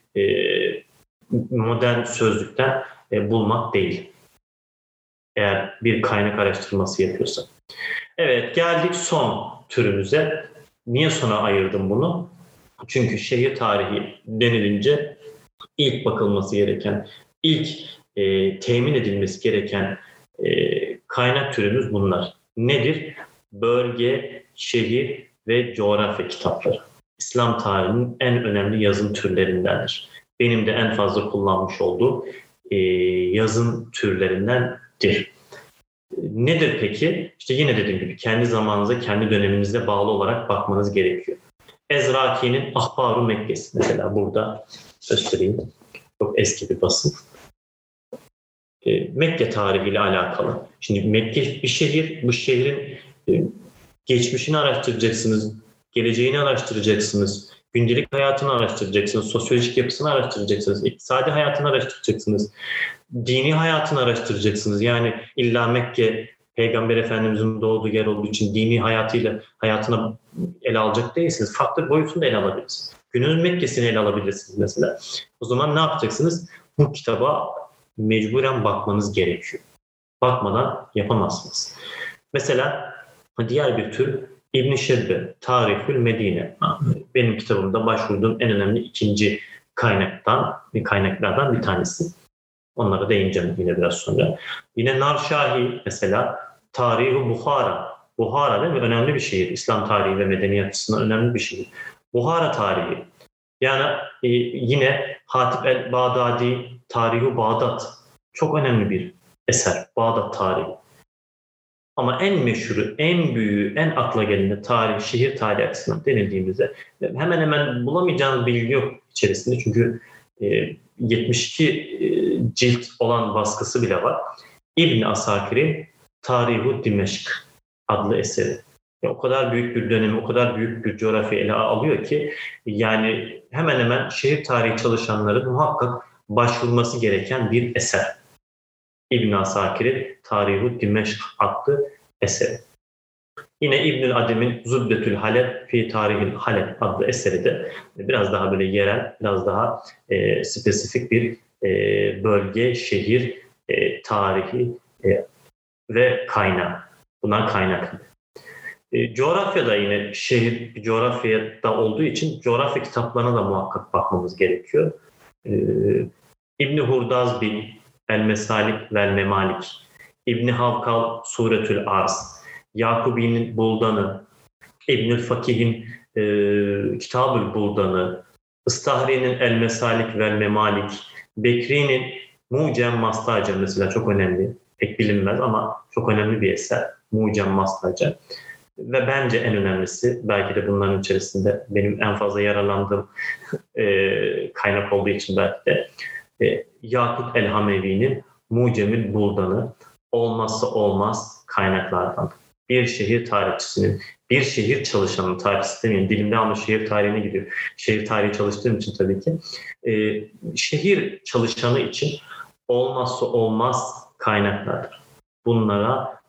modern sözlükten bulmak değil. Eğer bir kaynak araştırması yapıyorsa. Evet, geldik son türümüze. Niye sona ayırdım bunu? Çünkü şehir tarihi denilince ilk bakılması gereken, ilk temin edilmesi gereken kaynak türümüz bunlar. Nedir? Bölge, şehir ve coğrafya kitapları. İslam tarihinin en önemli yazım türlerindendir. Benim de en fazla kullanmış olduğum yazım türlerindendir. Nedir peki? İşte yine dediğim gibi kendi zamanınıza, kendi döneminizde bağlı olarak bakmanız gerekiyor. Ezraki'nin Ahbar-ı Mekke'si mesela burada göstereyim. Çok eski bir basın. Mekke tarihiyle alakalı. Şimdi Mekke bir şehir, bu şehrin geçmişini araştıracaksınız, geleceğini araştıracaksınız, gündelik hayatını araştıracaksınız, sosyolojik yapısını araştıracaksınız, iktisadi hayatını araştıracaksınız, dini hayatını araştıracaksınız. Yani illa Mekke Peygamber Efendimiz'in doğduğu yer olduğu için dini hayatını ele alacak değilsiniz. Farklı boyutunu da ele alabilirsiniz. Günümüz Mekke'sini ele alabilirsiniz mesela. O zaman ne yapacaksınız? Bu kitaba mecburen bakmanız gerekiyor. Bakmadan yapamazsınız. Mesela diğer bir tür İbn-i Şebbe, Tarihül Medine. Benim kitabımda başvurduğum en önemli ikinci kaynaklardan bir tanesi. Onlara değineceğim yine biraz sonra. Yine Narşahi mesela Tarih-i Buhara. Buhara değil mi? Önemli bir şehir. İslam tarihi ve medeniyet açısından önemli bir şehir. Buhara tarihi. Yani yine Hatip el-Bağdadi Tarih-i Bağdat. Çok önemli bir eser. Bağdat tarihi. Ama en meşhuru, en büyüğü, en akla geleni tarih, şehir tarihi açısından denildiğimizde hemen hemen bulamayacağınız bilgi yok içerisinde. Çünkü 72 cilt olan baskısı bile var. İbn Asakir'in Tarih-u Dimeşk adlı eseri. O kadar büyük bir dönemi, o kadar büyük bir coğrafya ele alıyor ki yani hemen hemen şehir tarihi çalışanların muhakkak başvurması gereken bir eser. İbn Asakir'in Tarih-u Dimeşk adlı eseri. Yine İbnül Adem'in Zübdetül Halep fi Tarihil Halep adlı eseri de biraz daha böyle yerel, biraz daha spesifik bir bölge, şehir, tarihi ve kaynağı. Bunlar kaynaklı. Coğrafyada yine şehir bir coğrafyada olduğu için coğrafya kitaplarına da muhakkak bakmamız gerekiyor. İbn Hurdazbi El Mesalik vel Memalik, İbn Havkal Suretül Arz, Yakubi'nin Buldanı, İbnül Fakih'in Kitabül Buldanı, İstahri'nin El Mesalik vel Memalik, Bekri'nin Mucem Mastaca mesela çok önemli. Pek bilinmez ama çok önemli bir eser. Mucem Mastaca. Ve bence en önemlisi, belki de bunların içerisinde benim en fazla yararlandığım kaynak olduğu için belki de Yakut el-Hamevi'nin Mucemül Buldanı olmazsa olmaz kaynaklardan. Bir şehir tarihçisinin, bir şehir çalışanının, tarihçisi demeyeyim, dilimde ama şehir tarihine gidiyor. Şehir tarihi çalıştığım için tabii ki. Şehir çalışanı için olmazsa olmaz kaynaklardır. Bunlara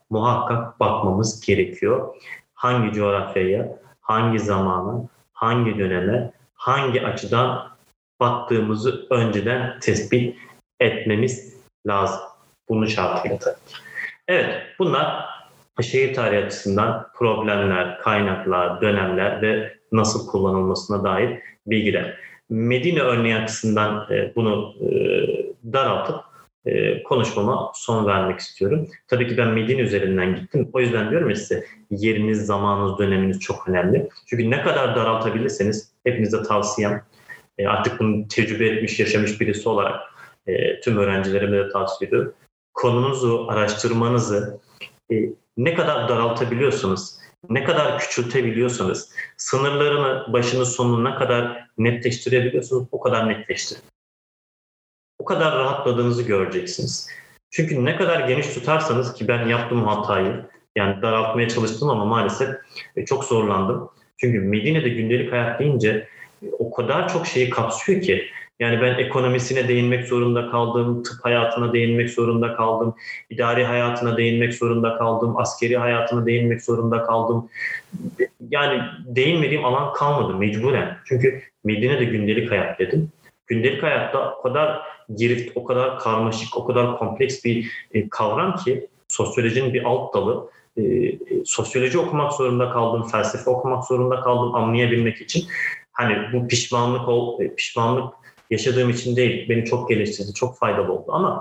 muhakkak bakmamız gerekiyor. Hangi coğrafyaya, hangi zamana, hangi döneme, hangi açıdan baktığımızı önceden tespit etmemiz lazım. Bunun şartıyla tabii ki. Evet, bunlar şehir tarihi açısından problemler, kaynaklar, dönemler ve nasıl kullanılmasına dair bilgiler. Medine örneği açısından bunu daraltıp konuşmama son vermek istiyorum. Tabii ki ben Medine üzerinden gittim. O yüzden diyorum ya size, yeriniz, zamanınız, döneminiz çok önemli. Çünkü ne kadar daraltabilirseniz, hepinize tavsiyem, artık bunu tecrübe etmiş, yaşamış birisi olarak tüm öğrencilerime de tavsiye ediyorum. Konunuzu, araştırmanızı ne kadar daraltabiliyorsanız, ne kadar küçültebiliyorsanız, sınırlarını başını sonuna kadar netleştirebiliyorsanız o kadar netleştirin. O kadar rahatladığınızı göreceksiniz. Çünkü ne kadar geniş tutarsanız, ki ben yaptığım hatayı, yani daraltmaya çalıştım ama maalesef çok zorlandım. Çünkü Medine'de gündelik hayat deyince o kadar çok şeyi kapsıyor ki, yani ben ekonomisine değinmek zorunda kaldım, tıp hayatına değinmek zorunda kaldım, idari hayatına değinmek zorunda kaldım, askeri hayatına değinmek zorunda kaldım. Yani değinmediğim alan kalmadı mecburen. Çünkü Medine'de gündelik hayat dedim. Gündelik hayatta o kadar girift, o kadar karmaşık, o kadar kompleks bir kavram ki, sosyolojinin bir alt dalı. Sosyoloji okumak zorunda kaldım, felsefe okumak zorunda kaldım anlayabilmek için. Hani bu pişmanlık yaşadığım için değil, beni çok geliştirdi, çok faydalı oldu ama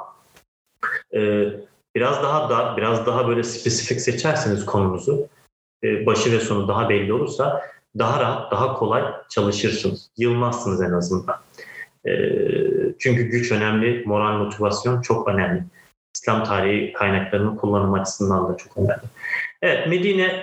biraz daha böyle spesifik seçerseniz konunuzu, başı ve sonu daha belli olursa daha rahat, daha kolay çalışırsınız. Yılmazsınız en azından. Çünkü güç önemli, moral, motivasyon çok önemli. İslam tarihi kaynaklarının kullanım açısından da çok önemli. Evet, Medine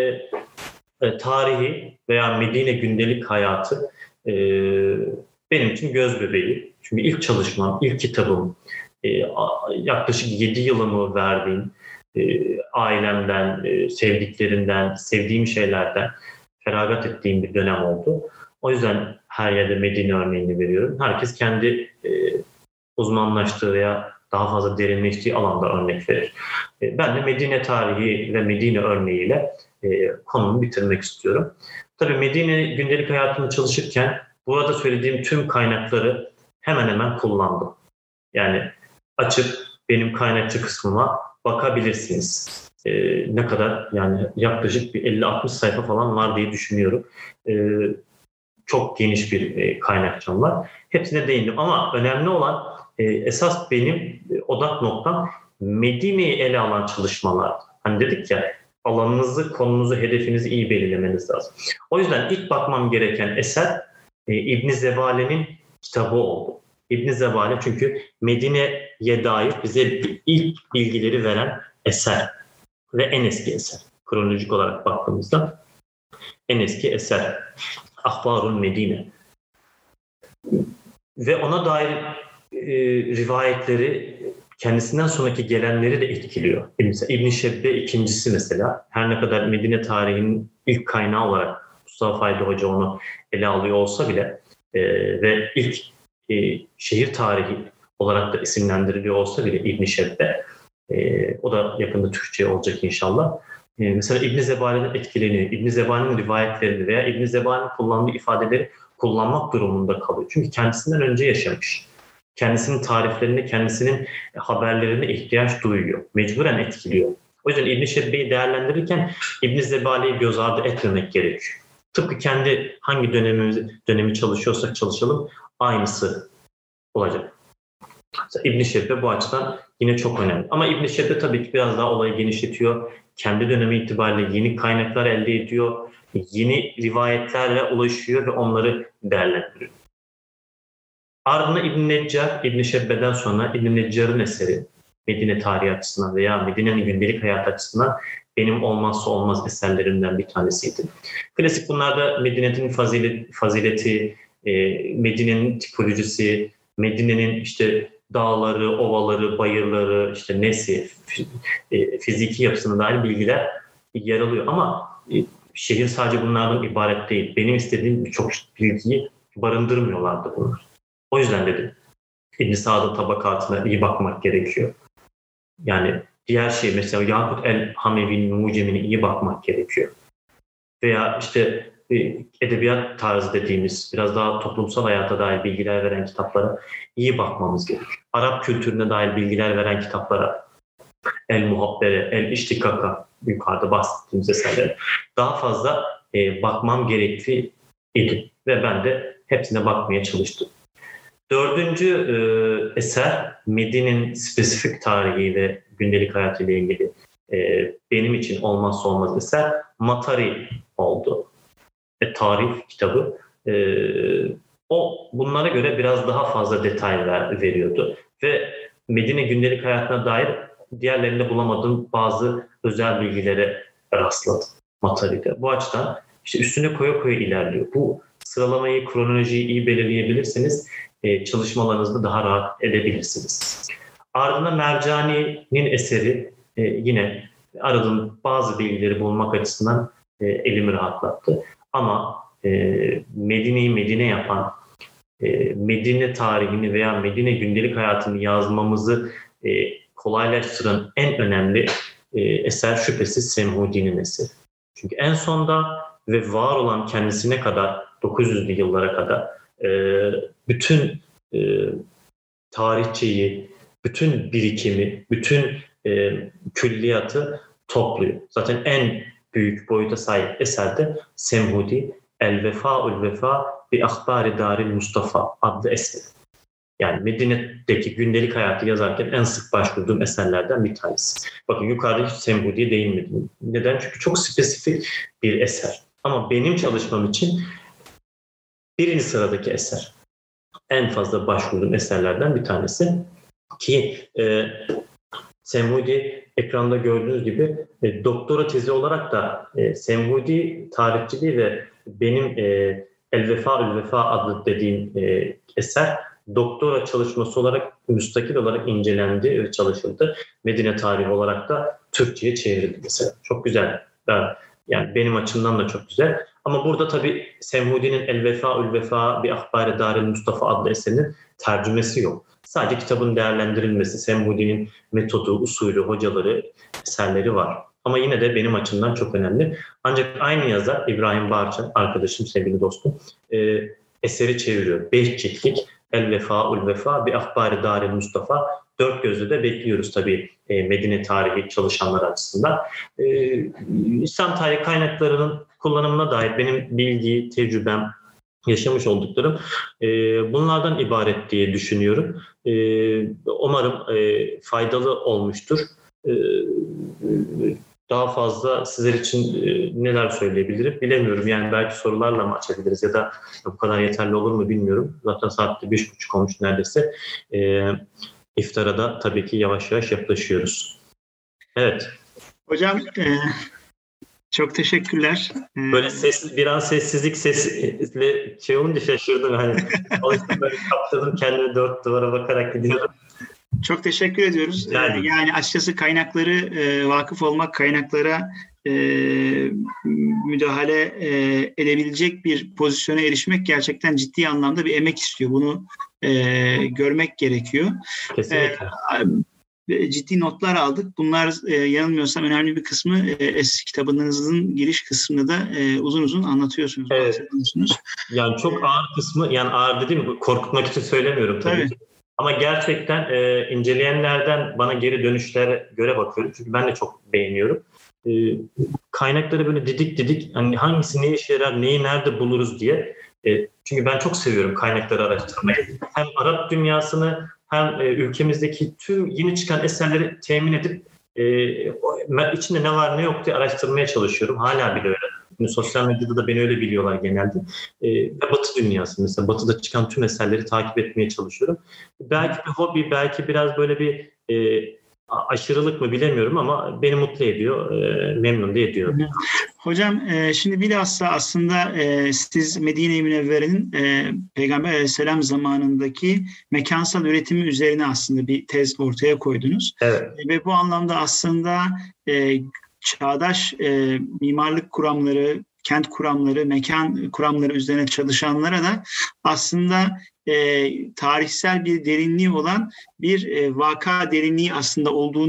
tarihi veya Medine gündelik hayatı benim için göz bebeği. Çünkü ilk çalışmam, ilk kitabım, yaklaşık 7 yılımı verdiğim, ailemden, sevdiklerimden, sevdiğim şeylerden feragat ettiğim bir dönem oldu. O yüzden her yerde Medine örneğini veriyorum. Herkes kendi uzmanlaştığı veya daha fazla derinleştiği alanda örnek verir. Ben de Medine tarihi ve Medine örneğiyle konumu bitirmek istiyorum. Tabii Medine gündelik hayatımda çalışırken burada söylediğim tüm kaynakları hemen hemen kullandım. Yani açıp benim kaynakçı kısmıma bakabilirsiniz. Ne kadar, yani yaklaşık bir 50-60 sayfa falan var diye düşünüyorum. Çok geniş bir kaynakçam var. Hepsine değindim ama önemli olan esas benim odak noktam Medine'yi ele alan çalışmalar. Hani dedik ya, alanınızı, konunuzu, hedefinizi iyi belirlemeniz lazım. O yüzden ilk bakmam gereken eser İbn Zebale'nin kitabı oldu. İbn Zebale çünkü Medine'ye dair bize ilk bilgileri veren eser ve en eski eser. Kronolojik olarak baktığımızda en eski eser. Ahbarul Medine. Ve ona dair rivayetleri kendisinden sonraki gelenleri de etkiliyor. İbn Şebbe ikincisi mesela, her ne kadar Medine tarihinin ilk kaynağı olarak Mustafa Fayda Hoca onu ele alıyor olsa bile ve ilk şehir tarihi olarak da isimlendiriliyor olsa bile İbn Şebbe, o da yakında Türkçe olacak inşallah. Mesela İbn Zebale'den etkileniyor. İbn Zebale'nin rivayetlerini veya İbn Zebale'nin kullandığı ifadeleri kullanmak durumunda kalıyor. Çünkü kendisinden önce yaşamış. Kendisinin tariflerine, kendisinin haberlerine ihtiyaç duyuyor. Mecburen etkiliyor. O yüzden İbn Şebbe'yi değerlendirirken İbn Zebale'yi göz ardı etmemek gerekiyor. Tıpkı kendi hangi dönemi çalışıyorsak çalışalım, aynısı olacak. İbn Şebbe bu açıdan yine çok önemli. Ama İbn Şebbe tabii ki biraz daha olayı genişletiyor. Kendi dönemi itibariyle yeni kaynaklar elde ediyor. Yeni rivayetlerle ulaşıyor ve onları değerlendiriyor. Ardından İbn Neccar, İbn Şebbe'den sonra İbn Neccar'ın eseri Medine tarihi açısından veya Medine'nin gündelik hayat açısından benim olmazsa olmaz eserlerimden bir tanesiydi. Klasik bunlarda Medine'nin fazileti, Medine'nin tipolojisi, Medine'nin işte dağları, ovaları, bayırları, işte nesi, fiziki yapısına dair bilgiler yer alıyor. Ama şehir sadece bunlardan ibaret değil. Benim istediğim birçok bilgiyi barındırmıyorlardı bunlar. O yüzden dedim, İbn Sa'd'ın tabakatına iyi bakmak gerekiyor. Yani diğer şey mesela Yakut el-Hamevi'nin mucemine iyi bakmak gerekiyor. Veya işte edebiyat tarzı dediğimiz biraz daha toplumsal hayata dair bilgiler veren kitaplara iyi bakmamız gerekiyor. Arap kültürüne dair bilgiler veren kitaplara, El-Muhabbere, El-İştikaka, yukarıda bahsettiğimiz eserlere daha fazla bakmam gerektiği idi. Ve ben de hepsine bakmaya çalıştım. Dördüncü eser Medine'nin spesifik tarihi ve gündelik hayatıyla ilgili benim için olmazsa olmaz eser Matari oldu. Tarih kitabı. O bunlara göre biraz daha fazla detay veriyordu. Ve Medine gündelik hayatına dair diğerlerinde bulamadığım bazı özel bilgilere rastladım Matari'de. Bu açıdan işte üstüne koya koya ilerliyor. Bu sıralamayı, kronolojiyi iyi belirleyebilirseniz çalışmalarınızda daha rahat edebilirsiniz. Ardından Mercani'nin eseri yine aradığım bazı bilgileri bulmak açısından elimi rahatlattı. Ama Medine'yi Medine yapan, Medine tarihini veya Medine gündelik hayatını yazmamızı kolaylaştıran en önemli eser şüphesiz Semhudi'nin eseri. Çünkü en sonda ve var olan kendisine kadar 900'lü yıllara kadar bütün tarihçeyi, bütün birikimi, bütün külliyatı topluyor. Zaten en büyük boyuta sahip eserde Semhudi El-Vefa'ul Vefa bi Ahbari Daril Mustafa adlı eser. Yani Medine'deki gündelik hayatı yazarken en sık başvurduğum eserlerden bir tanesi. Bakın yukarıda hiç Semhudi'ye değinmedim. Neden? Çünkü çok spesifik bir eser. Ama benim çalışmam için birinci sıradaki eser. En fazla başvurduğum eserlerden bir tanesi. Ki Semhudi ekranda gördüğünüz gibi doktora tezi olarak da Semhudi tarihçiliği ve benim El-Vefa'ül Vefa adlı dediğim eser doktora çalışması olarak müstakil olarak incelendi ve çalışıldı. Medine tarihi olarak da Türkçe'ye çevrildi mesela. Çok güzel. Yani benim açımdan da çok güzel. Ama burada tabii Semhudi'nin El-Vefa'ül Vefa bi Ahbari Daril Mustafa adlı eserinin tercümesi yok. Sadece kitabın değerlendirilmesi, Semhudi'nin metodu, usulü, hocaları, eserleri var. Ama yine de benim açımdan çok önemli. Ancak aynı yazar İbrahim Barça, arkadaşım, sevgili dostum, eseri çeviriyor. 5 ciltlik El-Vefa'ül Vefa bi Ahbari Daril Mustafa. Dört gözle de bekliyoruz tabii Medine tarihi çalışanlar açısından. İslam tarihi kaynaklarının kullanımına dair benim bilgi, tecrübem, yaşamış olduklarım bunlardan ibaret diye düşünüyorum. Umarım faydalı olmuştur. Daha fazla sizler için neler söyleyebilirim bilemiyorum. Yani belki sorularla mı açabiliriz ya da bu kadar yeterli olur mu bilmiyorum. Zaten saatte 5.30 olmuş neredeyse. İftara da tabii ki yavaş yavaş yaklaşıyoruz. Evet. Hocam çok teşekkürler. Böyle bir an sessizlik şey olunca şaşırdım. Hani böyle kaptırdım kendimi dört duvara bakarak gidiyorum. Çok teşekkür ediyoruz. Yani açıkçası kaynakları vakıf olmak, kaynaklara müdahale edebilecek bir pozisyona erişmek gerçekten ciddi anlamda bir emek istiyor. Bunu görmek gerekiyor. Kesinlikle. Ciddi notlar aldık. Bunlar yanılmıyorsam önemli bir kısmı kitabınızın giriş kısmında da uzun uzun anlatıyorsunuz. Evet. Yani çok ağır kısmı, yani ağır dediğim korkutmak için söylemiyorum tabii. Ama gerçekten inceleyenlerden bana geri dönüşlere göre bakıyorum. Çünkü ben de çok beğeniyorum. Kaynakları böyle didik hani hangisi ne işe yarar, neyi nerede buluruz diye. Çünkü ben çok seviyorum kaynakları araştırmayı. Hem Arap dünyasını hem ülkemizdeki tüm yeni çıkan eserleri temin edip içinde ne var ne yok diye araştırmaya çalışıyorum. Hala bile öyle. Şimdi sosyal medyada da beni öyle biliyorlar genelde. Batı dünyası mesela. Batı'da çıkan tüm eserleri takip etmeye çalışıyorum. Belki bir hobi, belki biraz böyle bir aşırılık mı bilemiyorum ama beni mutlu ediyor, memnun da ediyor. Hocam şimdi bilhassa aslında siz Medine-i Münevvere'nin Peygamber Aleyhisselam zamanındaki mekansal üretimi üzerine aslında bir tez ortaya koydunuz. Evet. Ve bu anlamda aslında çağdaş mimarlık kuramları, kent kuramları, mekan kuramları üzerine çalışanlara da aslında tarihsel bir derinliği olan bir vaka derinliği aslında olduğunu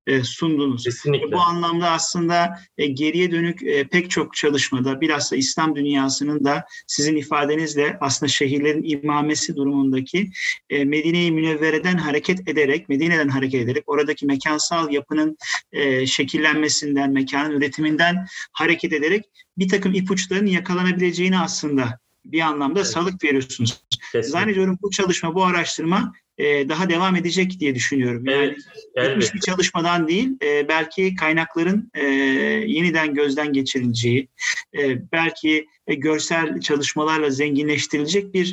sundunuz. Kesinlikle. Bu anlamda aslında geriye dönük pek çok çalışmada bilhassa İslam dünyasının da sizin ifadenizle aslında şehirlerin imamesi durumundaki Medine-i Münevvere'den Medine'den hareket ederek oradaki mekansal yapının şekillenmesinden, mekanın üretiminden hareket ederek bir takım ipuçlarının yakalanabileceğini aslında bir anlamda salık veriyorsunuz. Zannediyorum bu çalışma, bu araştırma daha devam edecek diye düşünüyorum. Yani bitmiş bir çalışmadan değil, belki kaynakların yeniden gözden geçirileceği, belki görsel çalışmalarla zenginleştirilecek bir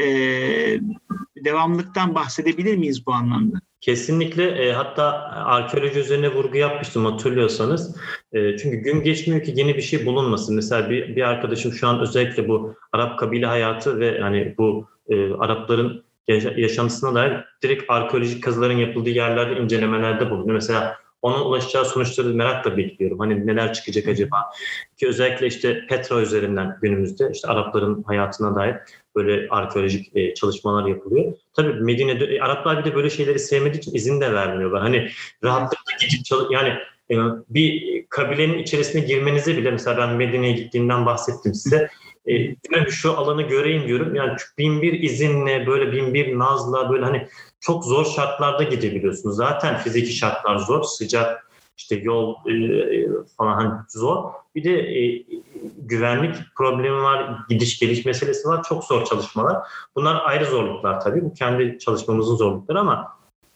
devamlılıktan bahsedebilir miyiz bu anlamda? Kesinlikle. Hatta arkeoloji üzerine vurgu yapmıştım hatırlıyorsanız. Çünkü gün geçmiyor ki yeni bir şey bulunmasın. Mesela bir arkadaşım şu an özellikle bu Arap kabile hayatı ve hani bu Arapların yaşantısına dair direkt arkeolojik kazıların yapıldığı yerlerde incelemelerde bulunuyor. Mesela onun ulaşacağı sonuçları merakla bekliyorum. Hani neler çıkacak acaba? Ki özellikle işte Petra üzerinden günümüzde işte Arapların hayatına dair böyle arkeolojik çalışmalar yapılıyor. Tabii Medine'de Araplar bir de böyle şeyleri sevmediği için izin de vermiyorlar. Hani rahatlıkla gidip yani bir kabilenin içerisine girmenize bile mesela ben Medine'ye gittiğimden bahsettim size. Şu alanı göreyim diyorum. Yani 1001 izinle böyle 1001 nazla böyle hani çok zor şartlarda gidebiliyorsunuz. Zaten fiziki şartlar zor, sıcak, işte yol falan hani zor. Bir de güvenlik problemi var, gidiş geliş meselesi var. Çok zor çalışmalar. Bunlar ayrı zorluklar tabii. Bu kendi çalışmamızın zorlukları ama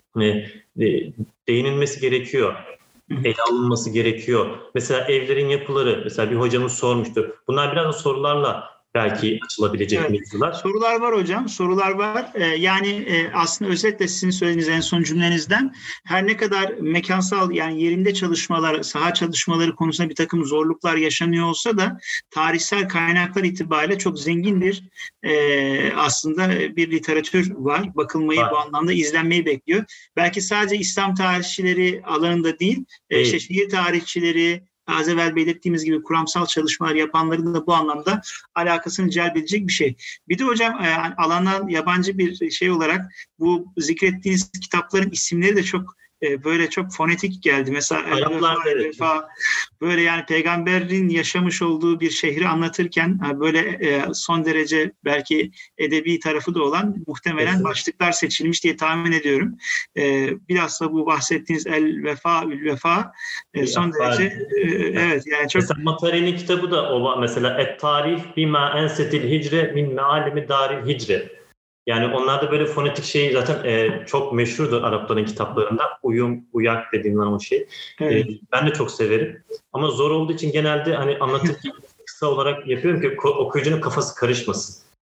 değinilmesi gerekiyor. Ele alınması gerekiyor. Mesela evlerin yapıları, mesela bir hocamız sormuştu. Bunlar biraz da sorularla belki açılabilecek mevzular. Sorular var hocam, sorular var. Yani aslında özetle sizin söylediğiniz en son cümlenizden her ne kadar mekansal yani yerinde çalışmalar, saha çalışmaları konusunda bir takım zorluklar yaşanıyor olsa da tarihsel kaynaklar itibariyle çok zengin bir aslında bir literatür var. Bakılmayı bu anlamda izlenmeyi bekliyor. Belki sadece İslam tarihçileri alanında değil, işte şehir tarihçileri, az evvel belirttiğimiz gibi kuramsal çalışmalar yapanların da bu anlamda alakasını celbedecek bir şey. Bir de hocam alandan yabancı bir şey olarak bu zikrettiğiniz kitapların isimleri de çok böyle çok fonetik geldi. Mesela Vefa, böyle yani peygamberin yaşamış olduğu bir şehri anlatırken böyle son derece belki edebi tarafı da olan muhtemelen başlıklar seçilmiş diye tahmin ediyorum. Bilhassa bu bahsettiğiniz El Vefa, Ül Vefa son derece evet yani çok. Mesela Matari'nin kitabı da o mesela Et Tarih Bima Ensetil Hicre Min Mealimi Daril Hicre. Yani onlar da böyle fonetik şey zaten çok meşhurdur Arapların kitaplarında. Uyak dediğim o şey. Evet. Ben de çok severim. Ama zor olduğu için genelde hani anlatırken kısa olarak yapıyorum ki okuyucunun kafası karışmasın.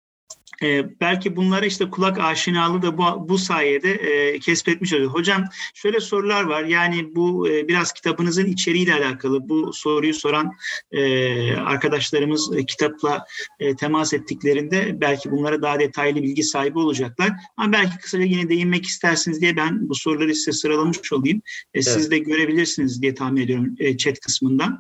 Belki bunlara işte kulak aşinalığı da bu sayede kesbetmiş oluyor. Hocam şöyle sorular var. Yani bu biraz kitabınızın içeriğiyle alakalı. Bu soruyu soran arkadaşlarımız kitapla temas ettiklerinde belki bunlara daha detaylı bilgi sahibi olacaklar. Ama belki kısaca yine değinmek istersiniz diye ben bu soruları size sıralamış olayım. Siz de görebilirsiniz diye tahmin ediyorum chat kısmından.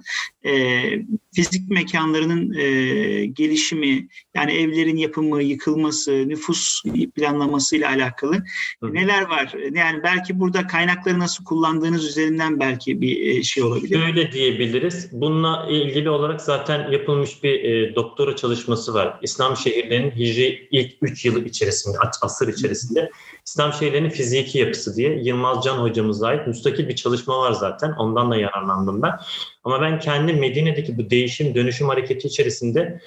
Fizik mekanlarının gelişimi, yani evlerin yapımı, yıkılması, nüfus planlaması ile alakalı neler var? Yani belki burada kaynakları nasıl kullandığınız üzerinden belki bir şey olabilir. Şöyle diyebiliriz. Bununla ilgili olarak zaten yapılmış bir doktora çalışması var. İslam şehirlerinin Hicri ilk 3 yılı içerisinde, asır içerisinde İslam şehirlerinin fiziki yapısı diye Yılmaz Can hocamıza ait müstakil bir çalışma var zaten. Ondan da yararlandım ben. Ama ben kendi Medine'deki bu değişim, dönüşüm hareketi içerisinde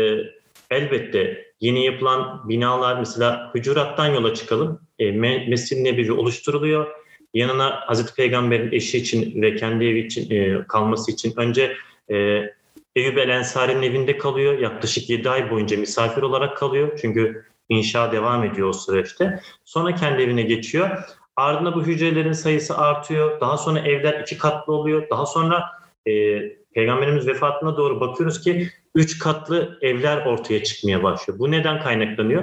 elbette yeni yapılan binalar, mesela Hucurat'tan yola çıkalım. Mescid-i Nebevi oluşturuluyor. Yanına Hazreti Peygamber'in eşi için ve kendi evi için kalması için önce Eyyub el-Ensari'nin evinde kalıyor. Yaklaşık 7 ay boyunca misafir olarak kalıyor. Çünkü inşa devam ediyor o süreçte. Sonra kendi evine geçiyor. Ardından bu hücrelerin sayısı artıyor. Daha sonra evler 2 katlı oluyor. Daha sonra Peygamberimiz vefatına doğru bakıyoruz ki 3 katlı evler ortaya çıkmaya başlıyor. Bu neden kaynaklanıyor?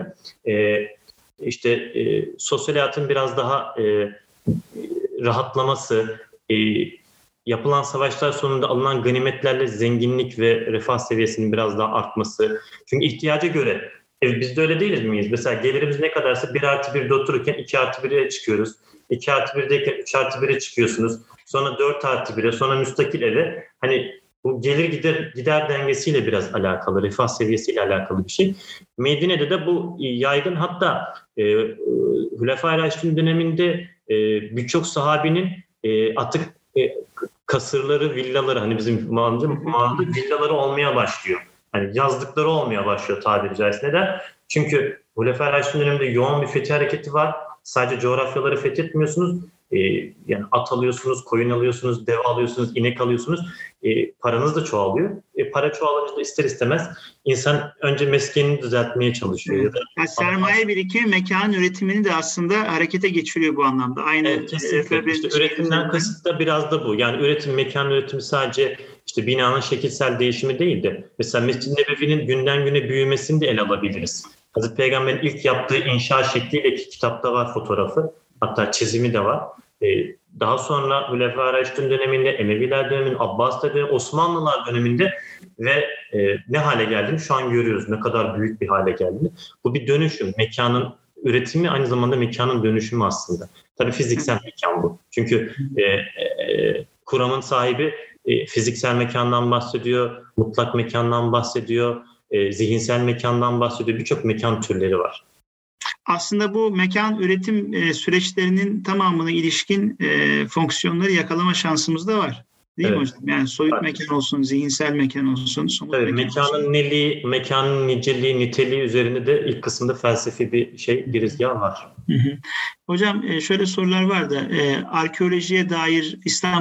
Sosyal hayatın biraz daha rahatlaması, yapılan savaşlar sonunda alınan ganimetlerle zenginlik ve refah seviyesinin biraz daha artması. Çünkü ihtiyaca göre biz de öyle değiliz miyiz? Mesela gelirimiz ne kadarsa 1+1'de otururken 2+1'e çıkıyoruz. 2+1'deyken 3+1'e çıkıyorsunuz. Sonra 4+1'e, sonra müstakil eve. Hani bu gelir gider dengesiyle biraz alakalı, refah seviyesiyle alakalı bir şey. Medine'de de bu yaygın. Hatta Hulefai Raşidin döneminde birçok sahabinin atık kasırları, villaları, hani bizim mağazada villaları olmaya başlıyor. Hani yazlıkları olmaya başlıyor tabiri caizse. Neden? Çünkü Hulefai Raşidin döneminde yoğun bir fethi hareketi var. Sadece coğrafyaları fethetmiyorsunuz. Yani at alıyorsunuz, koyun alıyorsunuz, deve alıyorsunuz, inek alıyorsunuz. Paranız da çoğalıyor. Para çoğalınca da ister istemez insan önce meskenini düzeltmeye çalışıyor. Evet. Yani sermaye birikimi mekan üretimini de aslında harekete geçiriyor bu anlamda. Aynı evet, kesinlikle. İşte üretimden kasıt da biraz da bu. Yani mekan üretimi sadece işte binanın şekilsel değişimi değil de mesela Mescid-i Nebevi'nin günden güne büyümesini de ele alabiliriz. Hazreti Peygamber'in ilk yaptığı inşa şekliyle ki kitapta var fotoğrafı. Hatta çizimi de var. Daha sonra Hulefai Raşidin döneminde, Emeviler döneminde, Abbasiler döneminde, Osmanlılar döneminde ve ne hale geldiğini şu an görüyoruz. Ne kadar büyük bir hale geldiğini. Bu bir dönüşüm. Mekanın üretimi aynı zamanda mekanın dönüşümü aslında. Tabii fiziksel mekan bu. Çünkü kuramın sahibi fiziksel mekandan bahsediyor, mutlak mekandan bahsediyor, zihinsel mekandan bahsediyor. Birçok mekan türleri var. Aslında bu mekan üretim süreçlerinin tamamına ilişkin fonksiyonları yakalama şansımız da var. Değil mi hocam? Yani soyut mekan olsun, zihinsel mekan olsun. Tabii mekanın neliği, mekanın niceliği, niteliği üzerine de ilk kısımda felsefi bir girizgah var. Hocam şöyle sorular vardı. Arkeolojiye dair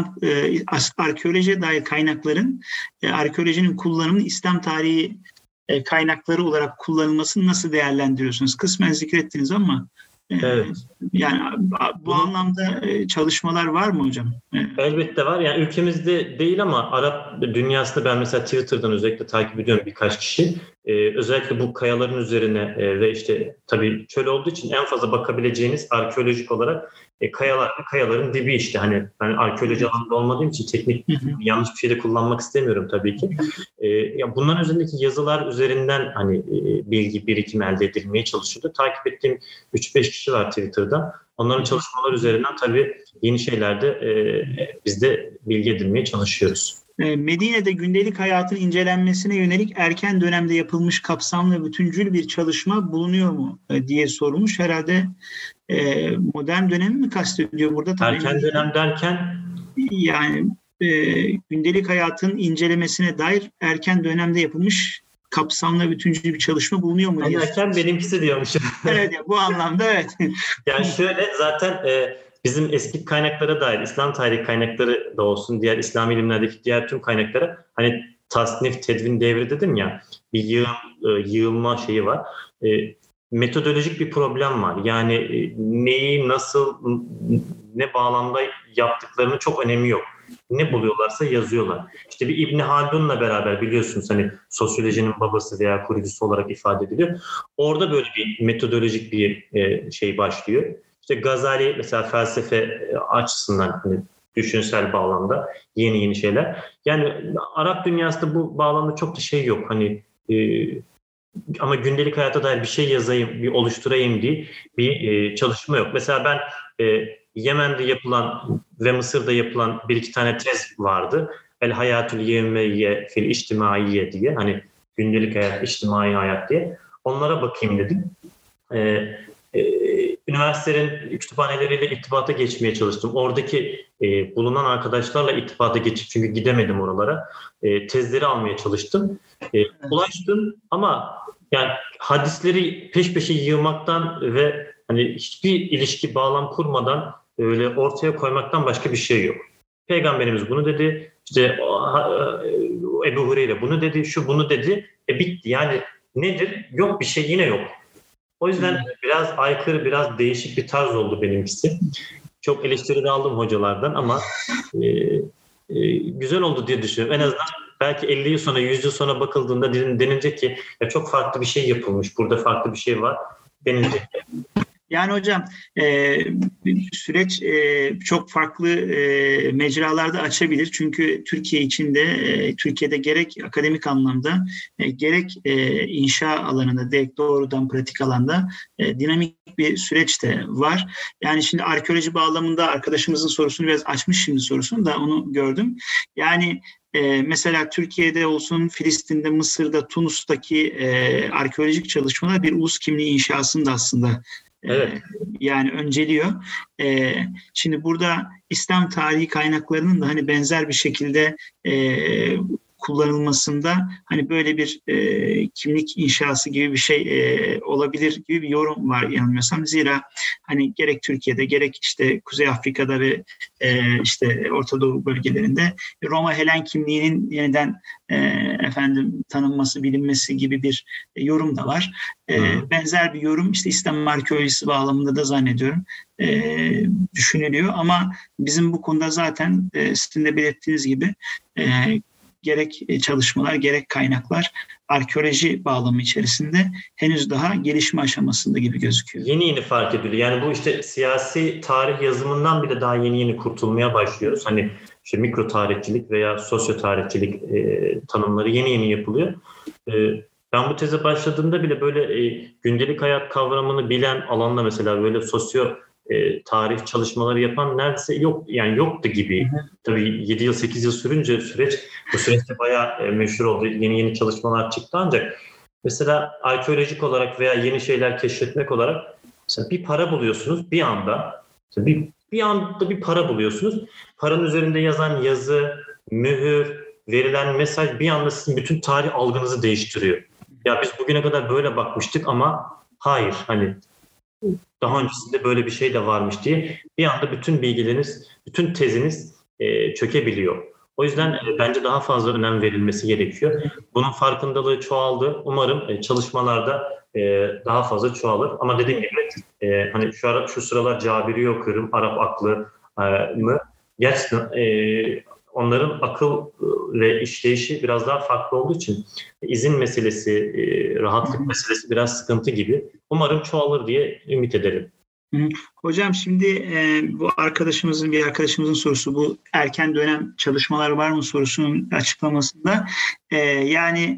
arkeolojiye dair kaynakların arkeolojinin kullanımını İslam tarihi kaynakları olarak kullanılmasını nasıl değerlendiriyorsunuz? Kısmen zikrettiniz ama evet. Yani bu anlamda çalışmalar var mı hocam? Elbette var. Yani ülkemizde değil ama Arap dünyasında ben mesela Twitter'dan özellikle takip ediyorum birkaç kişi. Özellikle bu kayaların üzerine ve işte tabii çöl olduğu için en fazla bakabileceğiniz arkeolojik olarak kayaların dibi işte. Hani ben arkeoloji alanında olmadığım için teknik yanlış bir şey de kullanmak istemiyorum tabii ki. Ya bunların üzerindeki yazılar üzerinden hani bilgi birikim elde edilmeye çalışıyordu. Takip ettiğim 3-5 kişi var Twitter'da. Onların çalışmaları üzerinden tabii yeni şeylerde biz de bilgi edinmeye çalışıyoruz. Medine'de gündelik hayatın incelenmesine yönelik erken dönemde yapılmış kapsamlı ve bütüncül bir çalışma bulunuyor mu diye sormuş. Herhalde modern dönemi mi kastediyor burada? Erken dönem derken? Yani gündelik hayatın incelemesine dair erken dönemde yapılmış kapsamlı bütüncül bir çalışma bulunuyor mu diye. Erken benimkisi diyormuşum. Evet, bu anlamda evet. Yani şöyle zaten bizim eski kaynaklara dair, İslam tarihi kaynakları da olsun, diğer İslam ilimlerdeki diğer tüm kaynaklara hani tasnif, tedvin devri dedim ya, bir yığılma şeyi var. Metodolojik bir problem var. Yani neyi, nasıl, ne bağlamda yaptıklarının çok önemi yok. Ne buluyorlarsa yazıyorlar. İşte bir İbn Haldun'la beraber biliyorsunuz hani sosyolojinin babası veya kurucusu olarak ifade ediliyor. Orada böyle bir metodolojik bir şey başlıyor. İşte Gazali mesela felsefe açısından hani düşünsel bağlamda yeni şeyler. Yani Arap dünyasında bu bağlamda çok da şey yok. Hani ama gündelik hayata dair bir şey yazayım, bir oluşturayım diye bir çalışma yok. Mesela ben Yemen'de yapılan ve Mısır'da yapılan bir iki tane tez vardı. El Hayatül Yevmiyye fil İçtimaiye diye. Hani gündelik hayat, içtimai hayat diye. Onlara bakayım dedim. Üniversitelerin kütüphaneleriyle irtibata geçmeye çalıştım. Oradaki bulunan arkadaşlarla irtibata geçip çünkü gidemedim oralara. Tezleri almaya çalıştım. Ulaştım ama yani hadisleri peş peşe yığmaktan ve hani hiçbir ilişki, bağlam kurmadan öyle ortaya koymaktan başka bir şey yok. Peygamberimiz bunu dedi, işte Ebu Hureyre bunu dedi, şu bunu dedi, bitti. Yani nedir? Yok bir şey, yine yok. O yüzden biraz aykırı, biraz değişik bir tarz oldu benimkisi. Çok eleştiri de aldım hocalardan ama güzel oldu diye düşünüyorum. En azından belki 50 yıl sonra, 100 yıl sonra bakıldığında denilecek ki ya çok farklı bir şey yapılmış, burada farklı bir şey var denilecek. Yani hocam süreç çok farklı mecralarda açabilir. Çünkü Türkiye içinde, Türkiye'de gerek akademik anlamda gerek inşa alanında, direkt doğrudan pratik alanda dinamik bir süreç de var. Yani şimdi arkeoloji bağlamında arkadaşımızın sorusunu biraz açmış şimdi sorusunu da onu gördüm. Yani mesela Türkiye'de olsun, Filistin'de, Mısır'da, Tunus'taki arkeolojik çalışmalar bir ulus kimliği inşasında aslında Evet. yani önceliyor. Şimdi burada İslam tarihi kaynaklarının da hani benzer bir şekilde kullanılmasında hani böyle bir kimlik inşası gibi bir şey olabilir gibi bir yorum var yanılmıyorsam. Zira hani gerek Türkiye'de gerek işte Kuzey Afrika'da ve işte Orta Doğu bölgelerinde Roma Helen kimliğinin yeniden tanınması, bilinmesi gibi bir yorum da var. Benzer bir yorum işte İslam arkeolojisi bağlamında da zannediyorum düşünülüyor ama bizim bu konuda zaten sizin de belirttiğiniz gibi gerek çalışmalar gerek kaynaklar arkeoloji bağlamı içerisinde henüz daha gelişme aşamasında gibi gözüküyor. Yeni fark ediliyor. Yani bu işte siyasi tarih yazımından bile daha yeni kurtulmaya başlıyoruz. Hani işte mikro tarihçilik veya sosyo tarihçilik tanımları yeni yapılıyor. Ben bu teze başladığımda bile böyle gündelik hayat kavramını bilen alanda mesela böyle sosyo tarih çalışmaları yapan neredeyse yoktu gibi. Tabii 7 yıl 8 yıl sürünce bu süreçte bayağı meşhur oldu. Yeni çalışmalar çıktı ancak mesela arkeolojik olarak veya yeni şeyler keşfetmek olarak mesela bir para buluyorsunuz bir anda. Bir anda bir para buluyorsunuz. Paranın üzerinde yazan yazı, mühür, verilen mesaj bir anda sizin bütün tarih algınızı değiştiriyor. Ya biz bugüne kadar böyle bakmıştık ama hayır hani daha öncesinde böyle bir şey de varmış diye bir anda bütün bilgileriniz, bütün teziniz çökebiliyor. O yüzden bence daha fazla önem verilmesi gerekiyor. Bunun farkındalığı çoğaldı. Umarım çalışmalarda daha fazla çoğalır. Ama dediğim gibi hani şu sıralar Cabir'i okuyorum, Arap aklı mı? Gerçekten onların akıl ve işleyişi biraz daha farklı olduğu için izin meselesi, rahatlık meselesi biraz sıkıntı gibi. Umarım çoğalır diye ümit edelim. Hocam şimdi bu bir arkadaşımızın sorusu bu erken dönem çalışmalar var mı sorusunun açıklamasında yani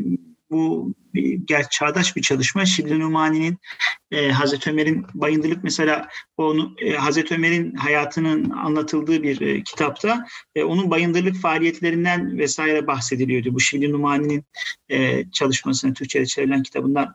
bu çağdaş bir çalışma. Şibli Numani'nin Hazreti Ömer'in Bayındırlık mesela Hazreti Ömer'in hayatının anlatıldığı bir kitapta onun bayındırlık faaliyetlerinden vesaire bahsediliyordu. Bu Şibli Numani'nin çalışmasını Türkçe'de çevrilen kitabından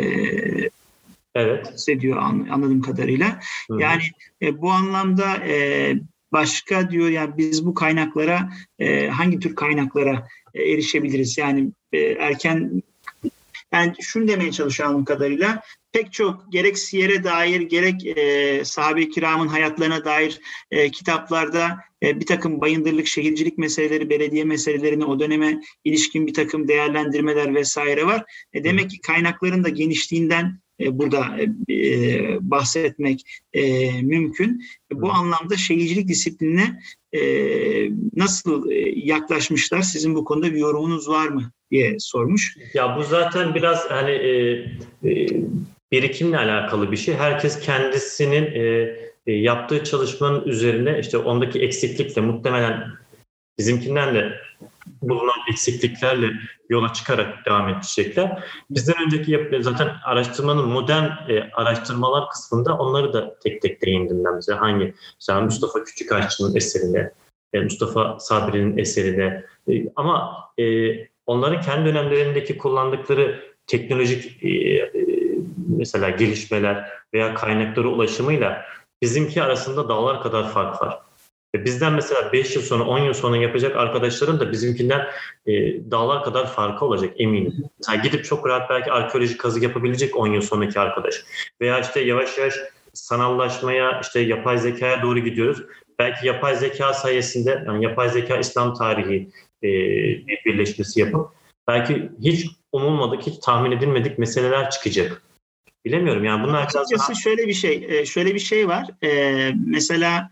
evet bahsediyor anladığım kadarıyla. Hı-hı. Yani bu anlamda başka diyor yani biz bu kaynaklara hangi tür kaynaklara erişebiliriz? Yani erken yani şunu demeye çalışıyor anladığım kadarıyla pek çok gerek siyere dair gerek sahabe-i kiramın hayatlarına dair kitaplarda bir takım bayındırlık, şehircilik meseleleri, belediye meselelerini o döneme ilişkin bir takım değerlendirmeler vesaire var. Demek ki kaynakların da genişliğinden burada bahsetmek mümkün. Bu anlamda şehircilik disiplinine nasıl yaklaşmışlar? Sizin bu konuda bir yorumunuz var mı diye sormuş. Ya bu zaten biraz hani birikimle alakalı bir şey. Herkes kendisinin yaptığı çalışmanın üzerine işte ondaki eksiklikle muhtemelen bizimkinden de bulunan eksikliklerle yola çıkarak devam edecekler. Bizden önceki zaten araştırmanın modern araştırmalar kısmında onları da tek tek değindim ben mesela mesela Mustafa Küçükaşçı'nın eserine, Mustafa Sabri'nin eserine ama onların kendi dönemlerindeki kullandıkları teknolojik mesela gelişmeler veya kaynaklara ulaşımıyla bizimki arasında dağlar kadar fark var. Bizden mesela 5 yıl sonra 10 yıl sonra yapacak arkadaşların da bizimkinden dağlar kadar farkı olacak eminim. Mesela gidip çok rahat belki arkeolojik kazı yapabilecek 10 yıl sonraki arkadaş. Veya işte yavaş yavaş sanallaşmaya, işte yapay zekaya doğru gidiyoruz. Belki yapay zeka sayesinde, yani yapay zeka İslam tarihi bir birleşmesi yapıp belki hiç umulmadık, hiç tahmin edilmedik meseleler çıkacak. Bilemiyorum yani bunlar açıkçası şöyle bir şey var. Mesela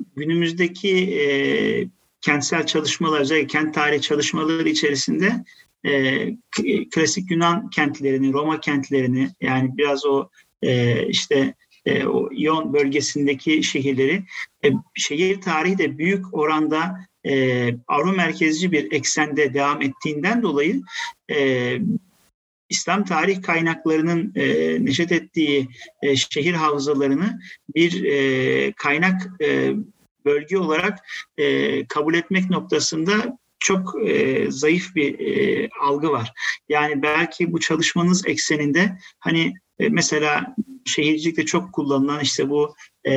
günümüzdeki kentsel çalışmalar, özellikle kent tarihi çalışmaları içerisinde klasik Yunan kentlerini, Roma kentlerini, yani biraz o o İyon bölgesindeki şehirleri, şehir tarihi de büyük oranda Avrupa merkezci bir eksende devam ettiğinden dolayı İslam tarih kaynaklarının neşet ettiği şehir havzalarını bir kaynak bölge olarak kabul etmek noktasında çok zayıf bir algı var. Yani belki bu çalışmanız ekseninde hani mesela şehircilikte çok kullanılan bu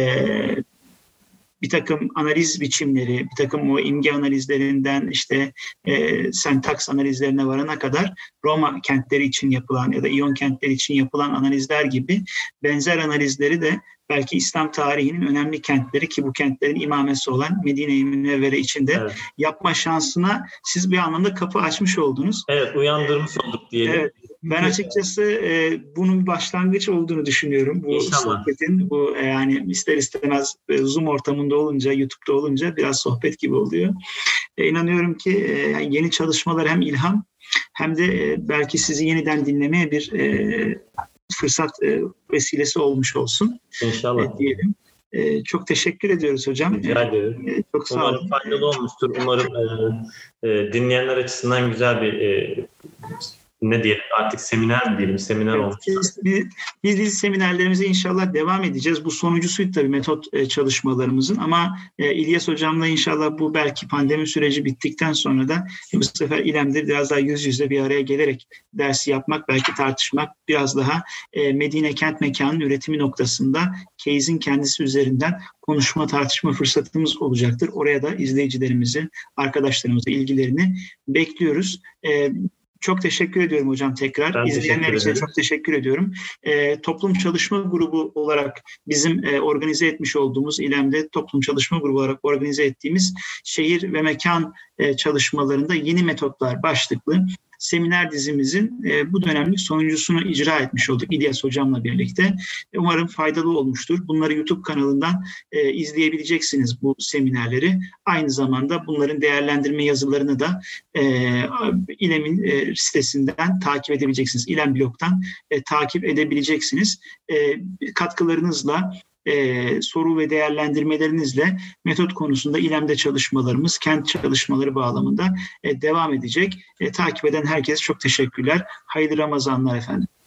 bir takım analiz biçimleri, bir takım o imge analizlerinden sentaks analizlerine varana kadar Roma kentleri için yapılan ya da İyon kentleri için yapılan analizler gibi benzer analizleri de belki İslam tarihinin önemli kentleri, ki bu kentlerin imamesi olan Medine-i Münevvere içinde yapma şansına siz bir anlamda kapı açmış oldunuz. Evet, uyandırmış olduk diyelim. Evet. Ben açıkçası bunun bir başlangıç olduğunu düşünüyorum. Bu sohbetin, bu yani ister istemez Zoom ortamında olunca, YouTube'da olunca biraz sohbet gibi oluyor. İnanıyorum ki yeni çalışmalar hem ilham hem de belki sizi yeniden dinlemeye bir fırsat vesilesi olmuş olsun. İnşallah. Diyelim. Çok teşekkür ediyoruz hocam. Rica ederim. Çok sağ olun. Umarım faydalı olmuştur. Umarım dinleyenler açısından güzel bir ne diyelim artık, seminer mi diyelim, seminer olmuştur. Biz seminerlerimize inşallah devam edeceğiz. Bu sonuncusuydu tabii metot çalışmalarımızın, ama İlyas hocamla inşallah bu belki pandemi süreci bittikten sonra da bu sefer İLEM'de biraz daha yüz yüze bir araya gelerek dersi yapmak, belki tartışmak, biraz daha Medine kent mekanının üretimi noktasında case'in kendisi üzerinden konuşma, tartışma fırsatımız olacaktır. Oraya da izleyicilerimizi, arkadaşlarımızı ilgilerini bekliyoruz. Çok teşekkür ediyorum hocam tekrar. Ben İzleyenler için çok teşekkür ediyorum. Toplum Çalışma Grubu olarak bizim organize etmiş olduğumuz, İLEM'de Toplum Çalışma Grubu olarak organize ettiğimiz şehir ve mekan çalışmalarında yeni metotlar başlıklı seminer dizimizin bu dönemlik sonuncusunu icra etmiş olduk İlyas hocamla birlikte. Umarım faydalı olmuştur. Bunları YouTube kanalından izleyebileceksiniz, bu seminerleri. Aynı zamanda bunların değerlendirme yazılarını da İLEM'in sitesinden takip edebileceksiniz. İLEM blog'tan takip edebileceksiniz. Katkılarınızla, soru ve değerlendirmelerinizle metot konusunda İLEM'de çalışmalarımız, kent çalışmaları bağlamında devam edecek. Takip eden herkese çok teşekkürler. Hayırlı Ramazanlar efendim.